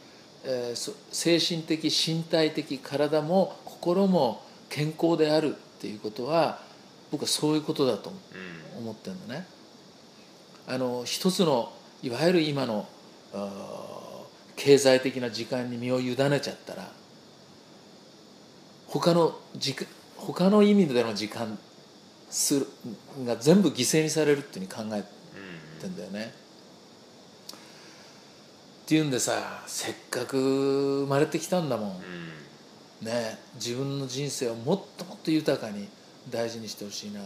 身体的、体も心も健康であるっていうことは、僕はそういうことだと思ってるのね。一つのいわゆる今の経済的な時間に身を委ねちゃったら、他の意味での時間が全部犠牲にされるっていうふうに考えてんだよね、っていうんでさ、せっかく生まれてきたんだもん、ね、自分の人生をもっともっと豊かに大事にしてほしいなと。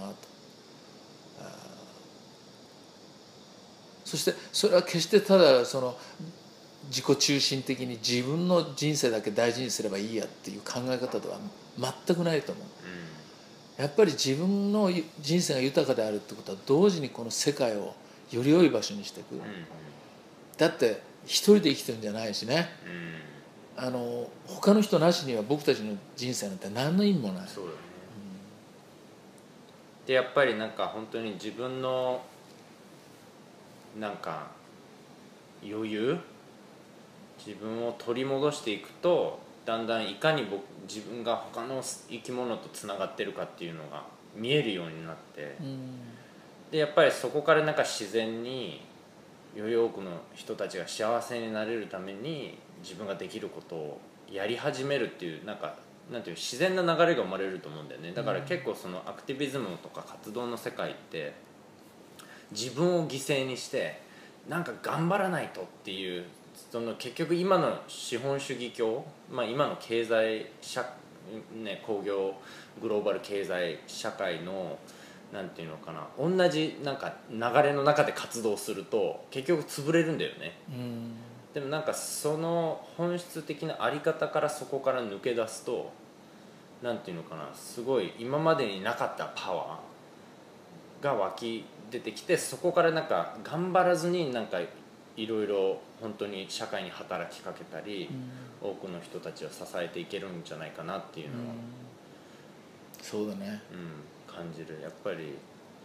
そしてそれは決してただ自己中心的に自分の人生だけ大事にすればいいやっていう考え方では全くないと思う、やっぱり自分の人生が豊かであるってことは、同時にこの世界をより良い場所にしていく、だって一人で生きてるんじゃないしね、他の人なしには僕たちの人生なんて何の意味もない。 そうだね、でやっぱりなんか本当に自分のなんか余裕、自分を取り戻していくと、だんだんいかに自分が他の生き物とつながってるかっていうのが見えるようになって、でやっぱりそこからなんか自然により多くの人たちが幸せになれるために自分ができることをやり始めるっていう、なんていう自然な流れが生まれると思うんだよね。だから結構そのアクティビズムとか活動の世界って自分を犠牲にしてなんか頑張らないとっていう、結局今の資本主義教、今の経済工業グローバル経済社会のなんていうのかな、同じなんか流れの中で活動すると結局潰れるんだよね、でもなんかその本質的なあり方からそこから抜け出すと、なんていうのかな、すごい今までになかったパワーが湧き出てきて、そこからなんか頑張らずになんかいろいろ本当に社会に働きかけたり、多くの人たちを支えていけるんじゃないかなっていうのは、 そうだね、 感じる。やっぱり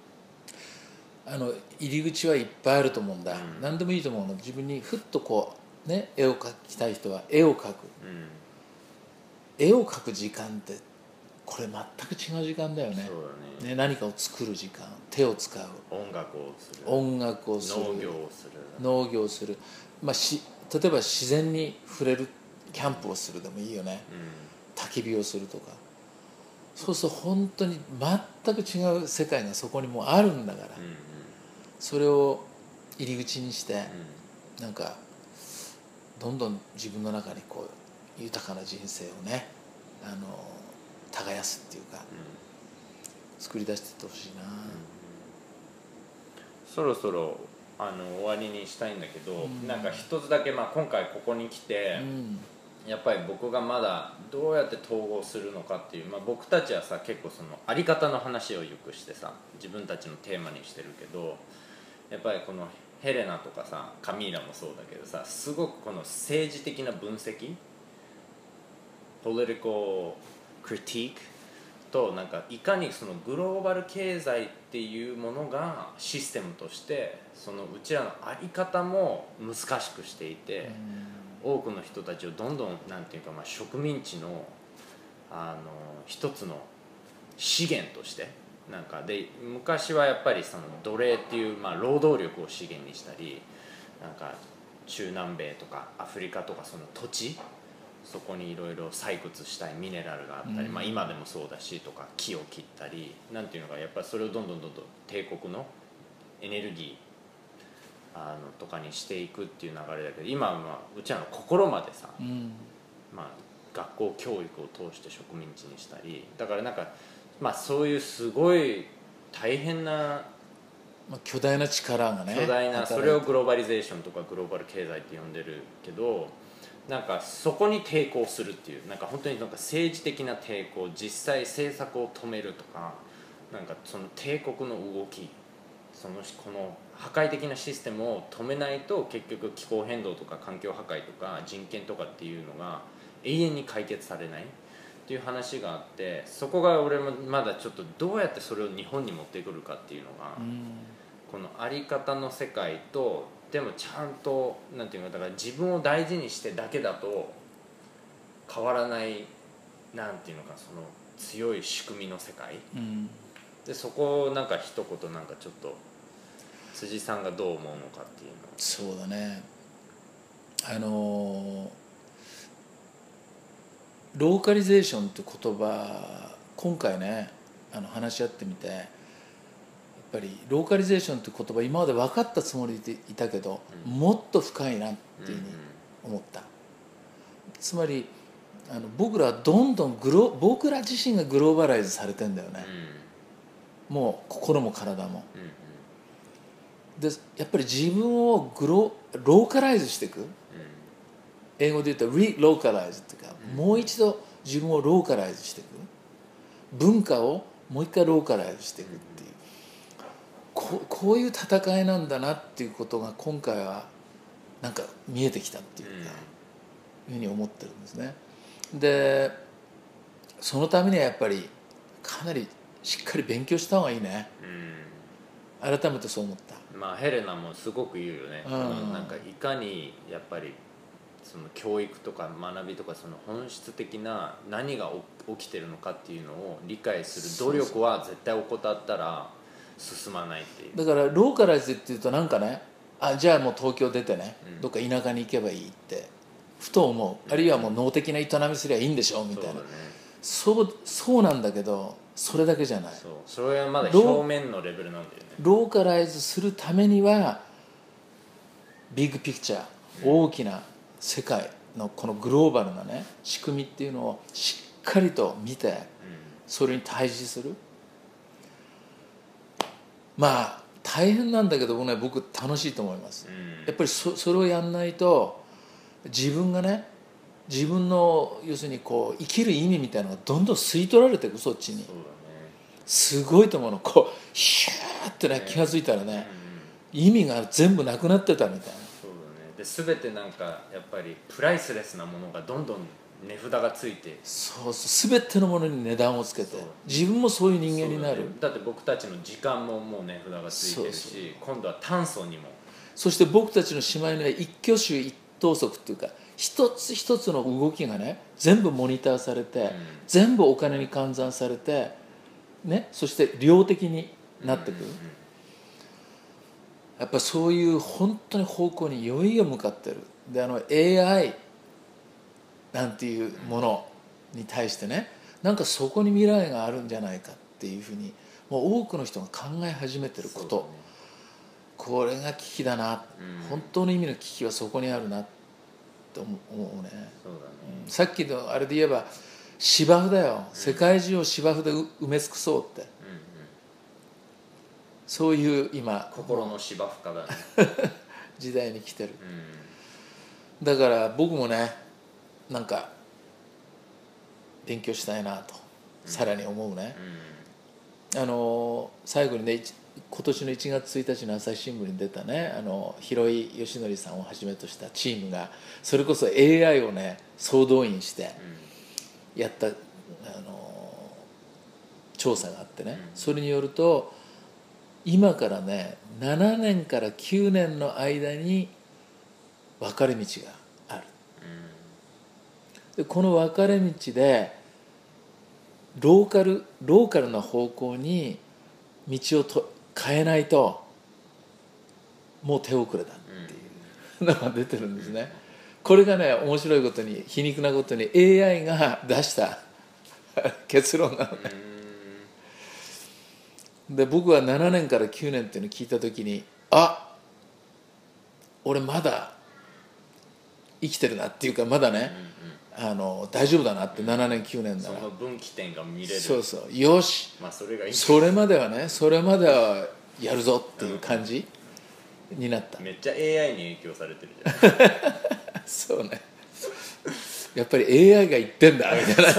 入り口はいっぱいあると思うんだ、何でもいいと思うの。自分にふっとこね、絵を描きたい人は絵を描く、絵を描く時間ってこれ全く違う時間だよね。 そうだね。 ね、何かを作る時間、手を使う、 音楽をする、農業をする、 農業をする、まあ、例えば自然に触れるキャンプをするでもいいよね、焚き火をするとか。そうすると本当に全く違う世界がそこにもうあるんだから、それを入り口にして、なんかどんどん自分の中にこう豊かな人生をね、耕すっていうか、作り出していってほしいな。 そろそろ終わりにしたいんだけど、なんか一つだけ、今回ここに来て、やっぱり僕がまだどうやって統合するのかっていう、僕たちはさ結構その在り方の話をよくしてさ自分たちのテーマにしてるけど、やっぱりこのヘレナとかさカミーラもそうだけどさ、すごくこの政治的な分析、political critiqueと、なんかいかにそのグローバル経済っていうものがシステムとしてそのうちらの在り方も難しくしていて、多くの人たちをどんどんなんていうか、植民地の一つの資源としてなんかで、昔はやっぱりその奴隷っていう、労働力を資源にしたり、なんか中南米とかアフリカとかその土地、そこにいろいろ採掘したいミネラルがあったり、今でもそうだしとか、木を切ったりなんていうのが、やっぱりそれをどんどん帝国のエネルギーとかにしていくっていう流れだけど、今はうちらの心までさ、学校教育を通して植民地にしたり、だからなんか、そういうすごい大変な、 巨大な力がね、 それをグローバリゼーションとかグローバル経済って呼んでるけど、なんかそこに抵抗するっていう、なんか本当になんか政治的な抵抗、実際政策を止めるとか、なんかその帝国の動き、この破壊的なシステムを止めないと結局気候変動とか環境破壊とか人権とかっていうのが永遠に解決されないっていう話があって、そこが俺もまだちょっとどうやってそれを日本に持ってくるかっていうのが、この在り方の世界と、でもちゃんとなんていうか、だから自分を大事にしてだけだと変わらない、なんていうのか、その強い仕組みの世界、でそこをなんか一言なんかちょっと辻さんがどう思うのかっていうの。 そうだね、ローカリゼーションって言葉、今回ね話し合ってみて、やっぱりローカリゼーションって言葉今まで分かったつもりでいたけど、もっと深いなっていうふうに思った。つまり僕らはどんどん僕ら自身がグローバライズされてんだよね、もう心も体も。でやっぱり自分をローカライズしていく、英語で言うとリローカライズっていうか、もう一度自分をローカライズしていく、文化をもう一回ローカライズしていくっていう、こういう戦いなんだなっていうことが今回はなんか見えてきたっていうか、いうふうに思ってるんですね。でそのためにはやっぱりかなりしっかり勉強した方がいいね、改めてそう思った。 ヘレナもすごく言うよね、なんかいかにやっぱりその教育とか学びとか、その本質的な何が起きてるのかっていうのを理解する努力は絶対怠ったら進まないっていう。 だからローカライズっていうとなんかね、じゃあもう東京出てね、どっか田舎に行けばいいってふと思う、あるいはもう脳的な営みすりゃいいんでしょみたいな、そうなんだけど、それだけじゃない。 それはまだ表面のレベルなんだよね。 ローカライズするためにはビッグピクチャー、大きな世界のこのグローバルなね仕組みっていうのをしっかりと見て、それに対峙する。大変なんだけど僕楽しいと思います、やっぱりそれをやんないと、自分がね、自分の要するにこう生きる意味みたいなのがどんどん吸い取られていく、そっちに。すごいと思うの、ヒューってね、気が付いたらね、意味が全部なくなってたみたいな。 そうだね。で全てなんかやっぱりプライスレスなものがどんどん値札がついて、 全てのものに値段をつけて、自分もそういう人間になる。 だって僕たちの時間ももう値札がついてるし、今度は炭素にも。 そして僕たちのしまいには一挙手一等速っていうか一つ一つの動きがね全部モニターされて、全部お金に換算されて、ね、そして量的になってくる、やっぱそういう本当に方向にいよいよ向かってる。でAI なんていうものに対してね、なんかそこに未来があるんじゃないかっていうふうにもう多くの人が考え始めてること、これが危機だな、本当の意味の危機はそこにあるなと思うね。 そうだね、 さっきのあれで言えば芝生だよ、世界中を芝生で埋め尽くそうって、そういう今心の芝生化だね時代に来てる、だから僕もねなんか勉強したいなとさらに思うね、最後にね今年の1月1日の朝日新聞に出たね広井義則さんをはじめとしたチームがそれこそ AI をね総動員してやった、調査があってね、それによると今からね7年から9年の間に分かれ道がある、でこの分かれ道でローカルな方向に道を変えないともう手遅れだっていうのが出てるんですね。これがね面白いことに皮肉なことに AI が出した結論なのね。で僕は7年から9年っていうのを聞いた時に俺まだ生きてるなっていうかまだね、大丈夫だなって、7年9年ならその分岐点が見れる。 そうそうよし、 それがいい。 それまではやるぞっていう感じになった、 めっちゃ AI に影響されてるじゃんそうねやっぱり AI が言ってんだみたいな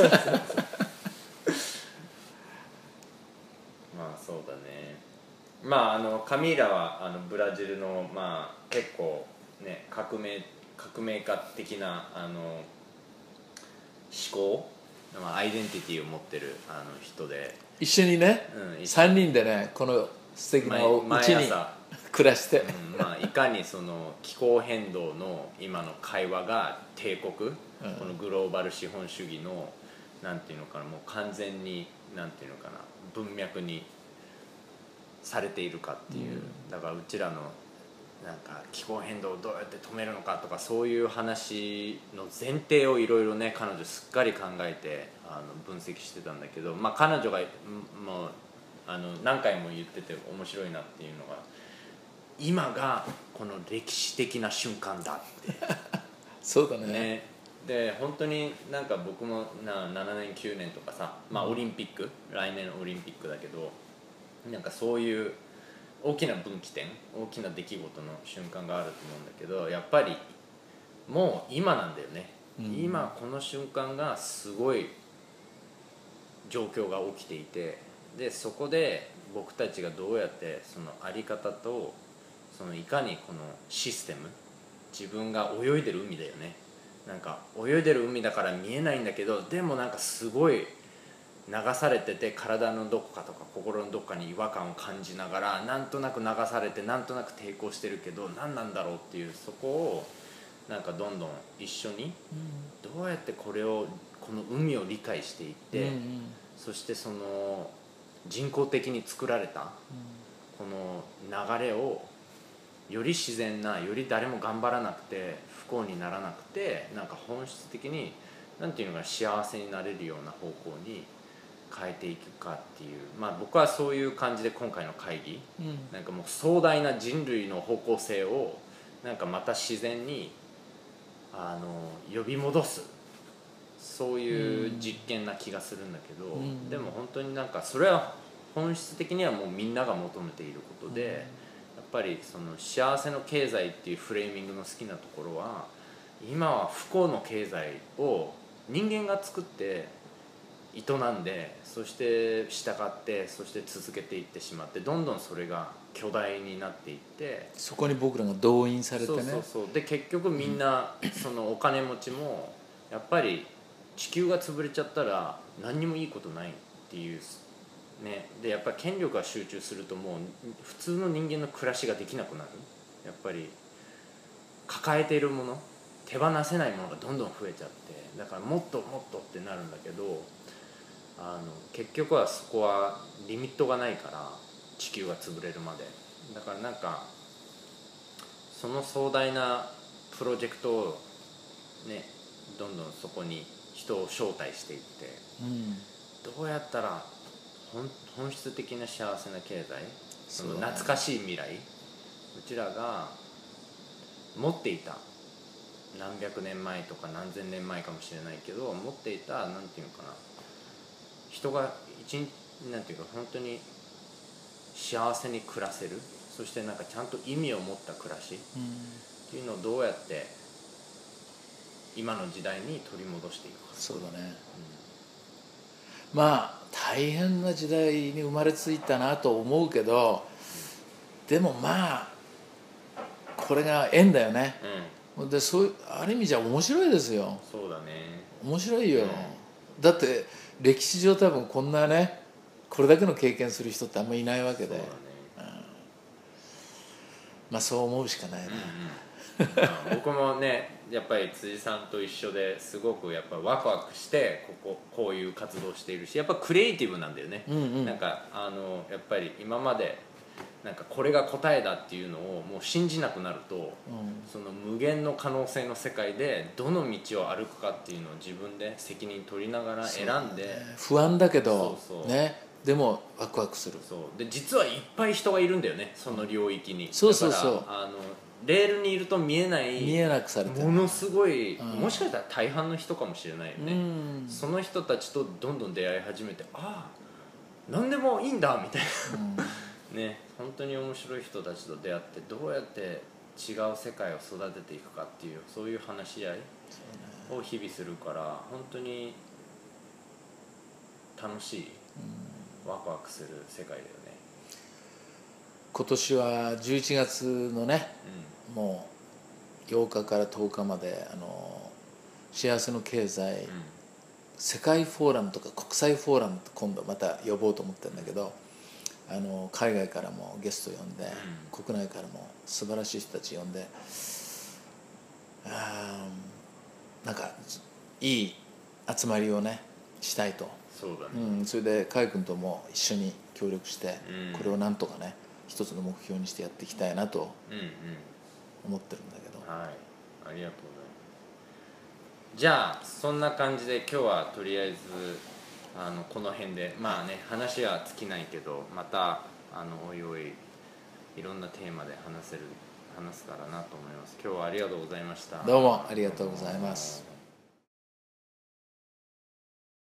そうだね。カミーラはブラジルの結構ね革命家的な思考、アイデンティティを持ってる人で、 一緒にね、3人でねこの素敵なお家に暮らして、 いかにその気候変動の今の会話が帝国、このグローバル資本主義のなんていうのかな、もう完全になんていうのかな、文脈にされているかっていう、だからうちらのなんか気候変動をどうやって止めるのかとかそういう話の前提をいろいろね彼女すっかり考えて分析してたんだけど、彼女がもう何回も言ってて面白いなっていうのが、今がこの歴史的な瞬間だってそうだね。 で本当になんか僕も7年9年とかさ、オリンピック、来年のオリンピックだけど、なんかそういう大きな分岐点、大きな出来事の瞬間があると思うんだけど、やっぱりもう今なんだよね、今この瞬間がすごい状況が起きていて、でそこで僕たちがどうやってその在り方とそのいかにこのシステム、自分が泳いでる海だよね、なんか泳いでる海だから見えないんだけど、でもなんかすごい流されてて、体のどこかとか心のどこかに違和感を感じながらなんとなく流されてなんとなく抵抗してるけど何なんだろうっていう、そこをなんかどんどん一緒にどうやってこの海を理解していって、そしてその人工的に作られたこの流れをより自然な、より誰も頑張らなくて不幸にならなくて、なんか本質的になんていうのか幸せになれるような方向に変えていくかっていう、僕はそういう感じで今回の会議、なんかもう壮大な人類の方向性をなんかまた自然に呼び戻す、そういう実験な気がするんだけど、でも本当になんかそれは本質的にはもうみんなが求めていることで、やっぱりその幸せの経済っていうフレーミングの好きなところは、今は不幸の経済を人間が作って営んで、そして従って、そして続けていってしまって、どんどんそれが巨大になっていって、 そこに僕らが動員されてね、 そうで結局みんな、そのお金持ちもやっぱり地球が潰れちゃったら何にもいいことないっていうね。でやっぱり権力が集中するともう普通の人間の暮らしができなくなる。やっぱり抱えているもの、 手放せないものがどんどん増えちゃって、だからもっともっとってなるんだけど、結局はそこはリミットがないから地球が潰れるまで。だからなんかその壮大なプロジェクトをね、どんどんそこに人を招待していって、どうやったら本質的な幸せな経済、その懐かしい未来、うちらが持っていた何百年前とか何千年前かもしれないけど持っていた、なんていうのかな、人が一日なんていうか本当に幸せに暮らせる、そしてなんかちゃんと意味を持った暮らしっていうのをどうやって今の時代に取り戻していくか。 そうだね、まあ大変な時代に生まれついたなと思うけど、でもまあこれが縁だよね、でそういうある意味じゃ面白いですよ。 そうだね、 面白いよ、だって歴史上多分こんなねこれだけの経験する人ってあんまりいないわけで、 そうだね、 まあそう思うしかないな、 僕もねやっぱり辻さんと一緒ですごくやっぱワクワクしてこういう活動をしているし、やっぱクリエイティブなんだよね、なんかやっぱり今までなんかこれが答えだっていうのをもう信じなくなると、その無限の可能性の世界でどの道を歩くかっていうのを自分で責任取りながら選んで、 不安だけどそうね、でもワクワクする。 そうで実はいっぱい人がいるんだよね、その領域に。 そうそうそう、 だからレールにいると見えない見えなくされてるものすごい、もしかしたら大半の人かもしれないよね、その人たちとどんどん出会い始めて、ああ何でもいいんだみたいな、ね、本当に面白い人たちと出会ってどうやって違う世界を育てていくかっていう、そういう話し合いを日々するから、本当に楽しい、ワクワクする世界だよね。 今年は11月のね、もう8日から10日まで幸せの経済、世界フォーラムとか国際フォーラムと今度また呼ぼうと思ってるんだけど、海外からもゲスト呼んで、国内からも素晴らしい人たち呼んで、なんかいい集まりをねしたいと。 そうだね、 それで海君とも一緒に協力して、これをなんとかね一つの目標にしてやっていきたいなと思ってるんだけど、 はい、ありがとうございます。じゃあそんな感じで今日はとりあえずこの辺で、まあね話は尽きないけど、またおいおいいろんなテーマで話すからなと思います。今日はありがとうございました。 どうもありがとうございます。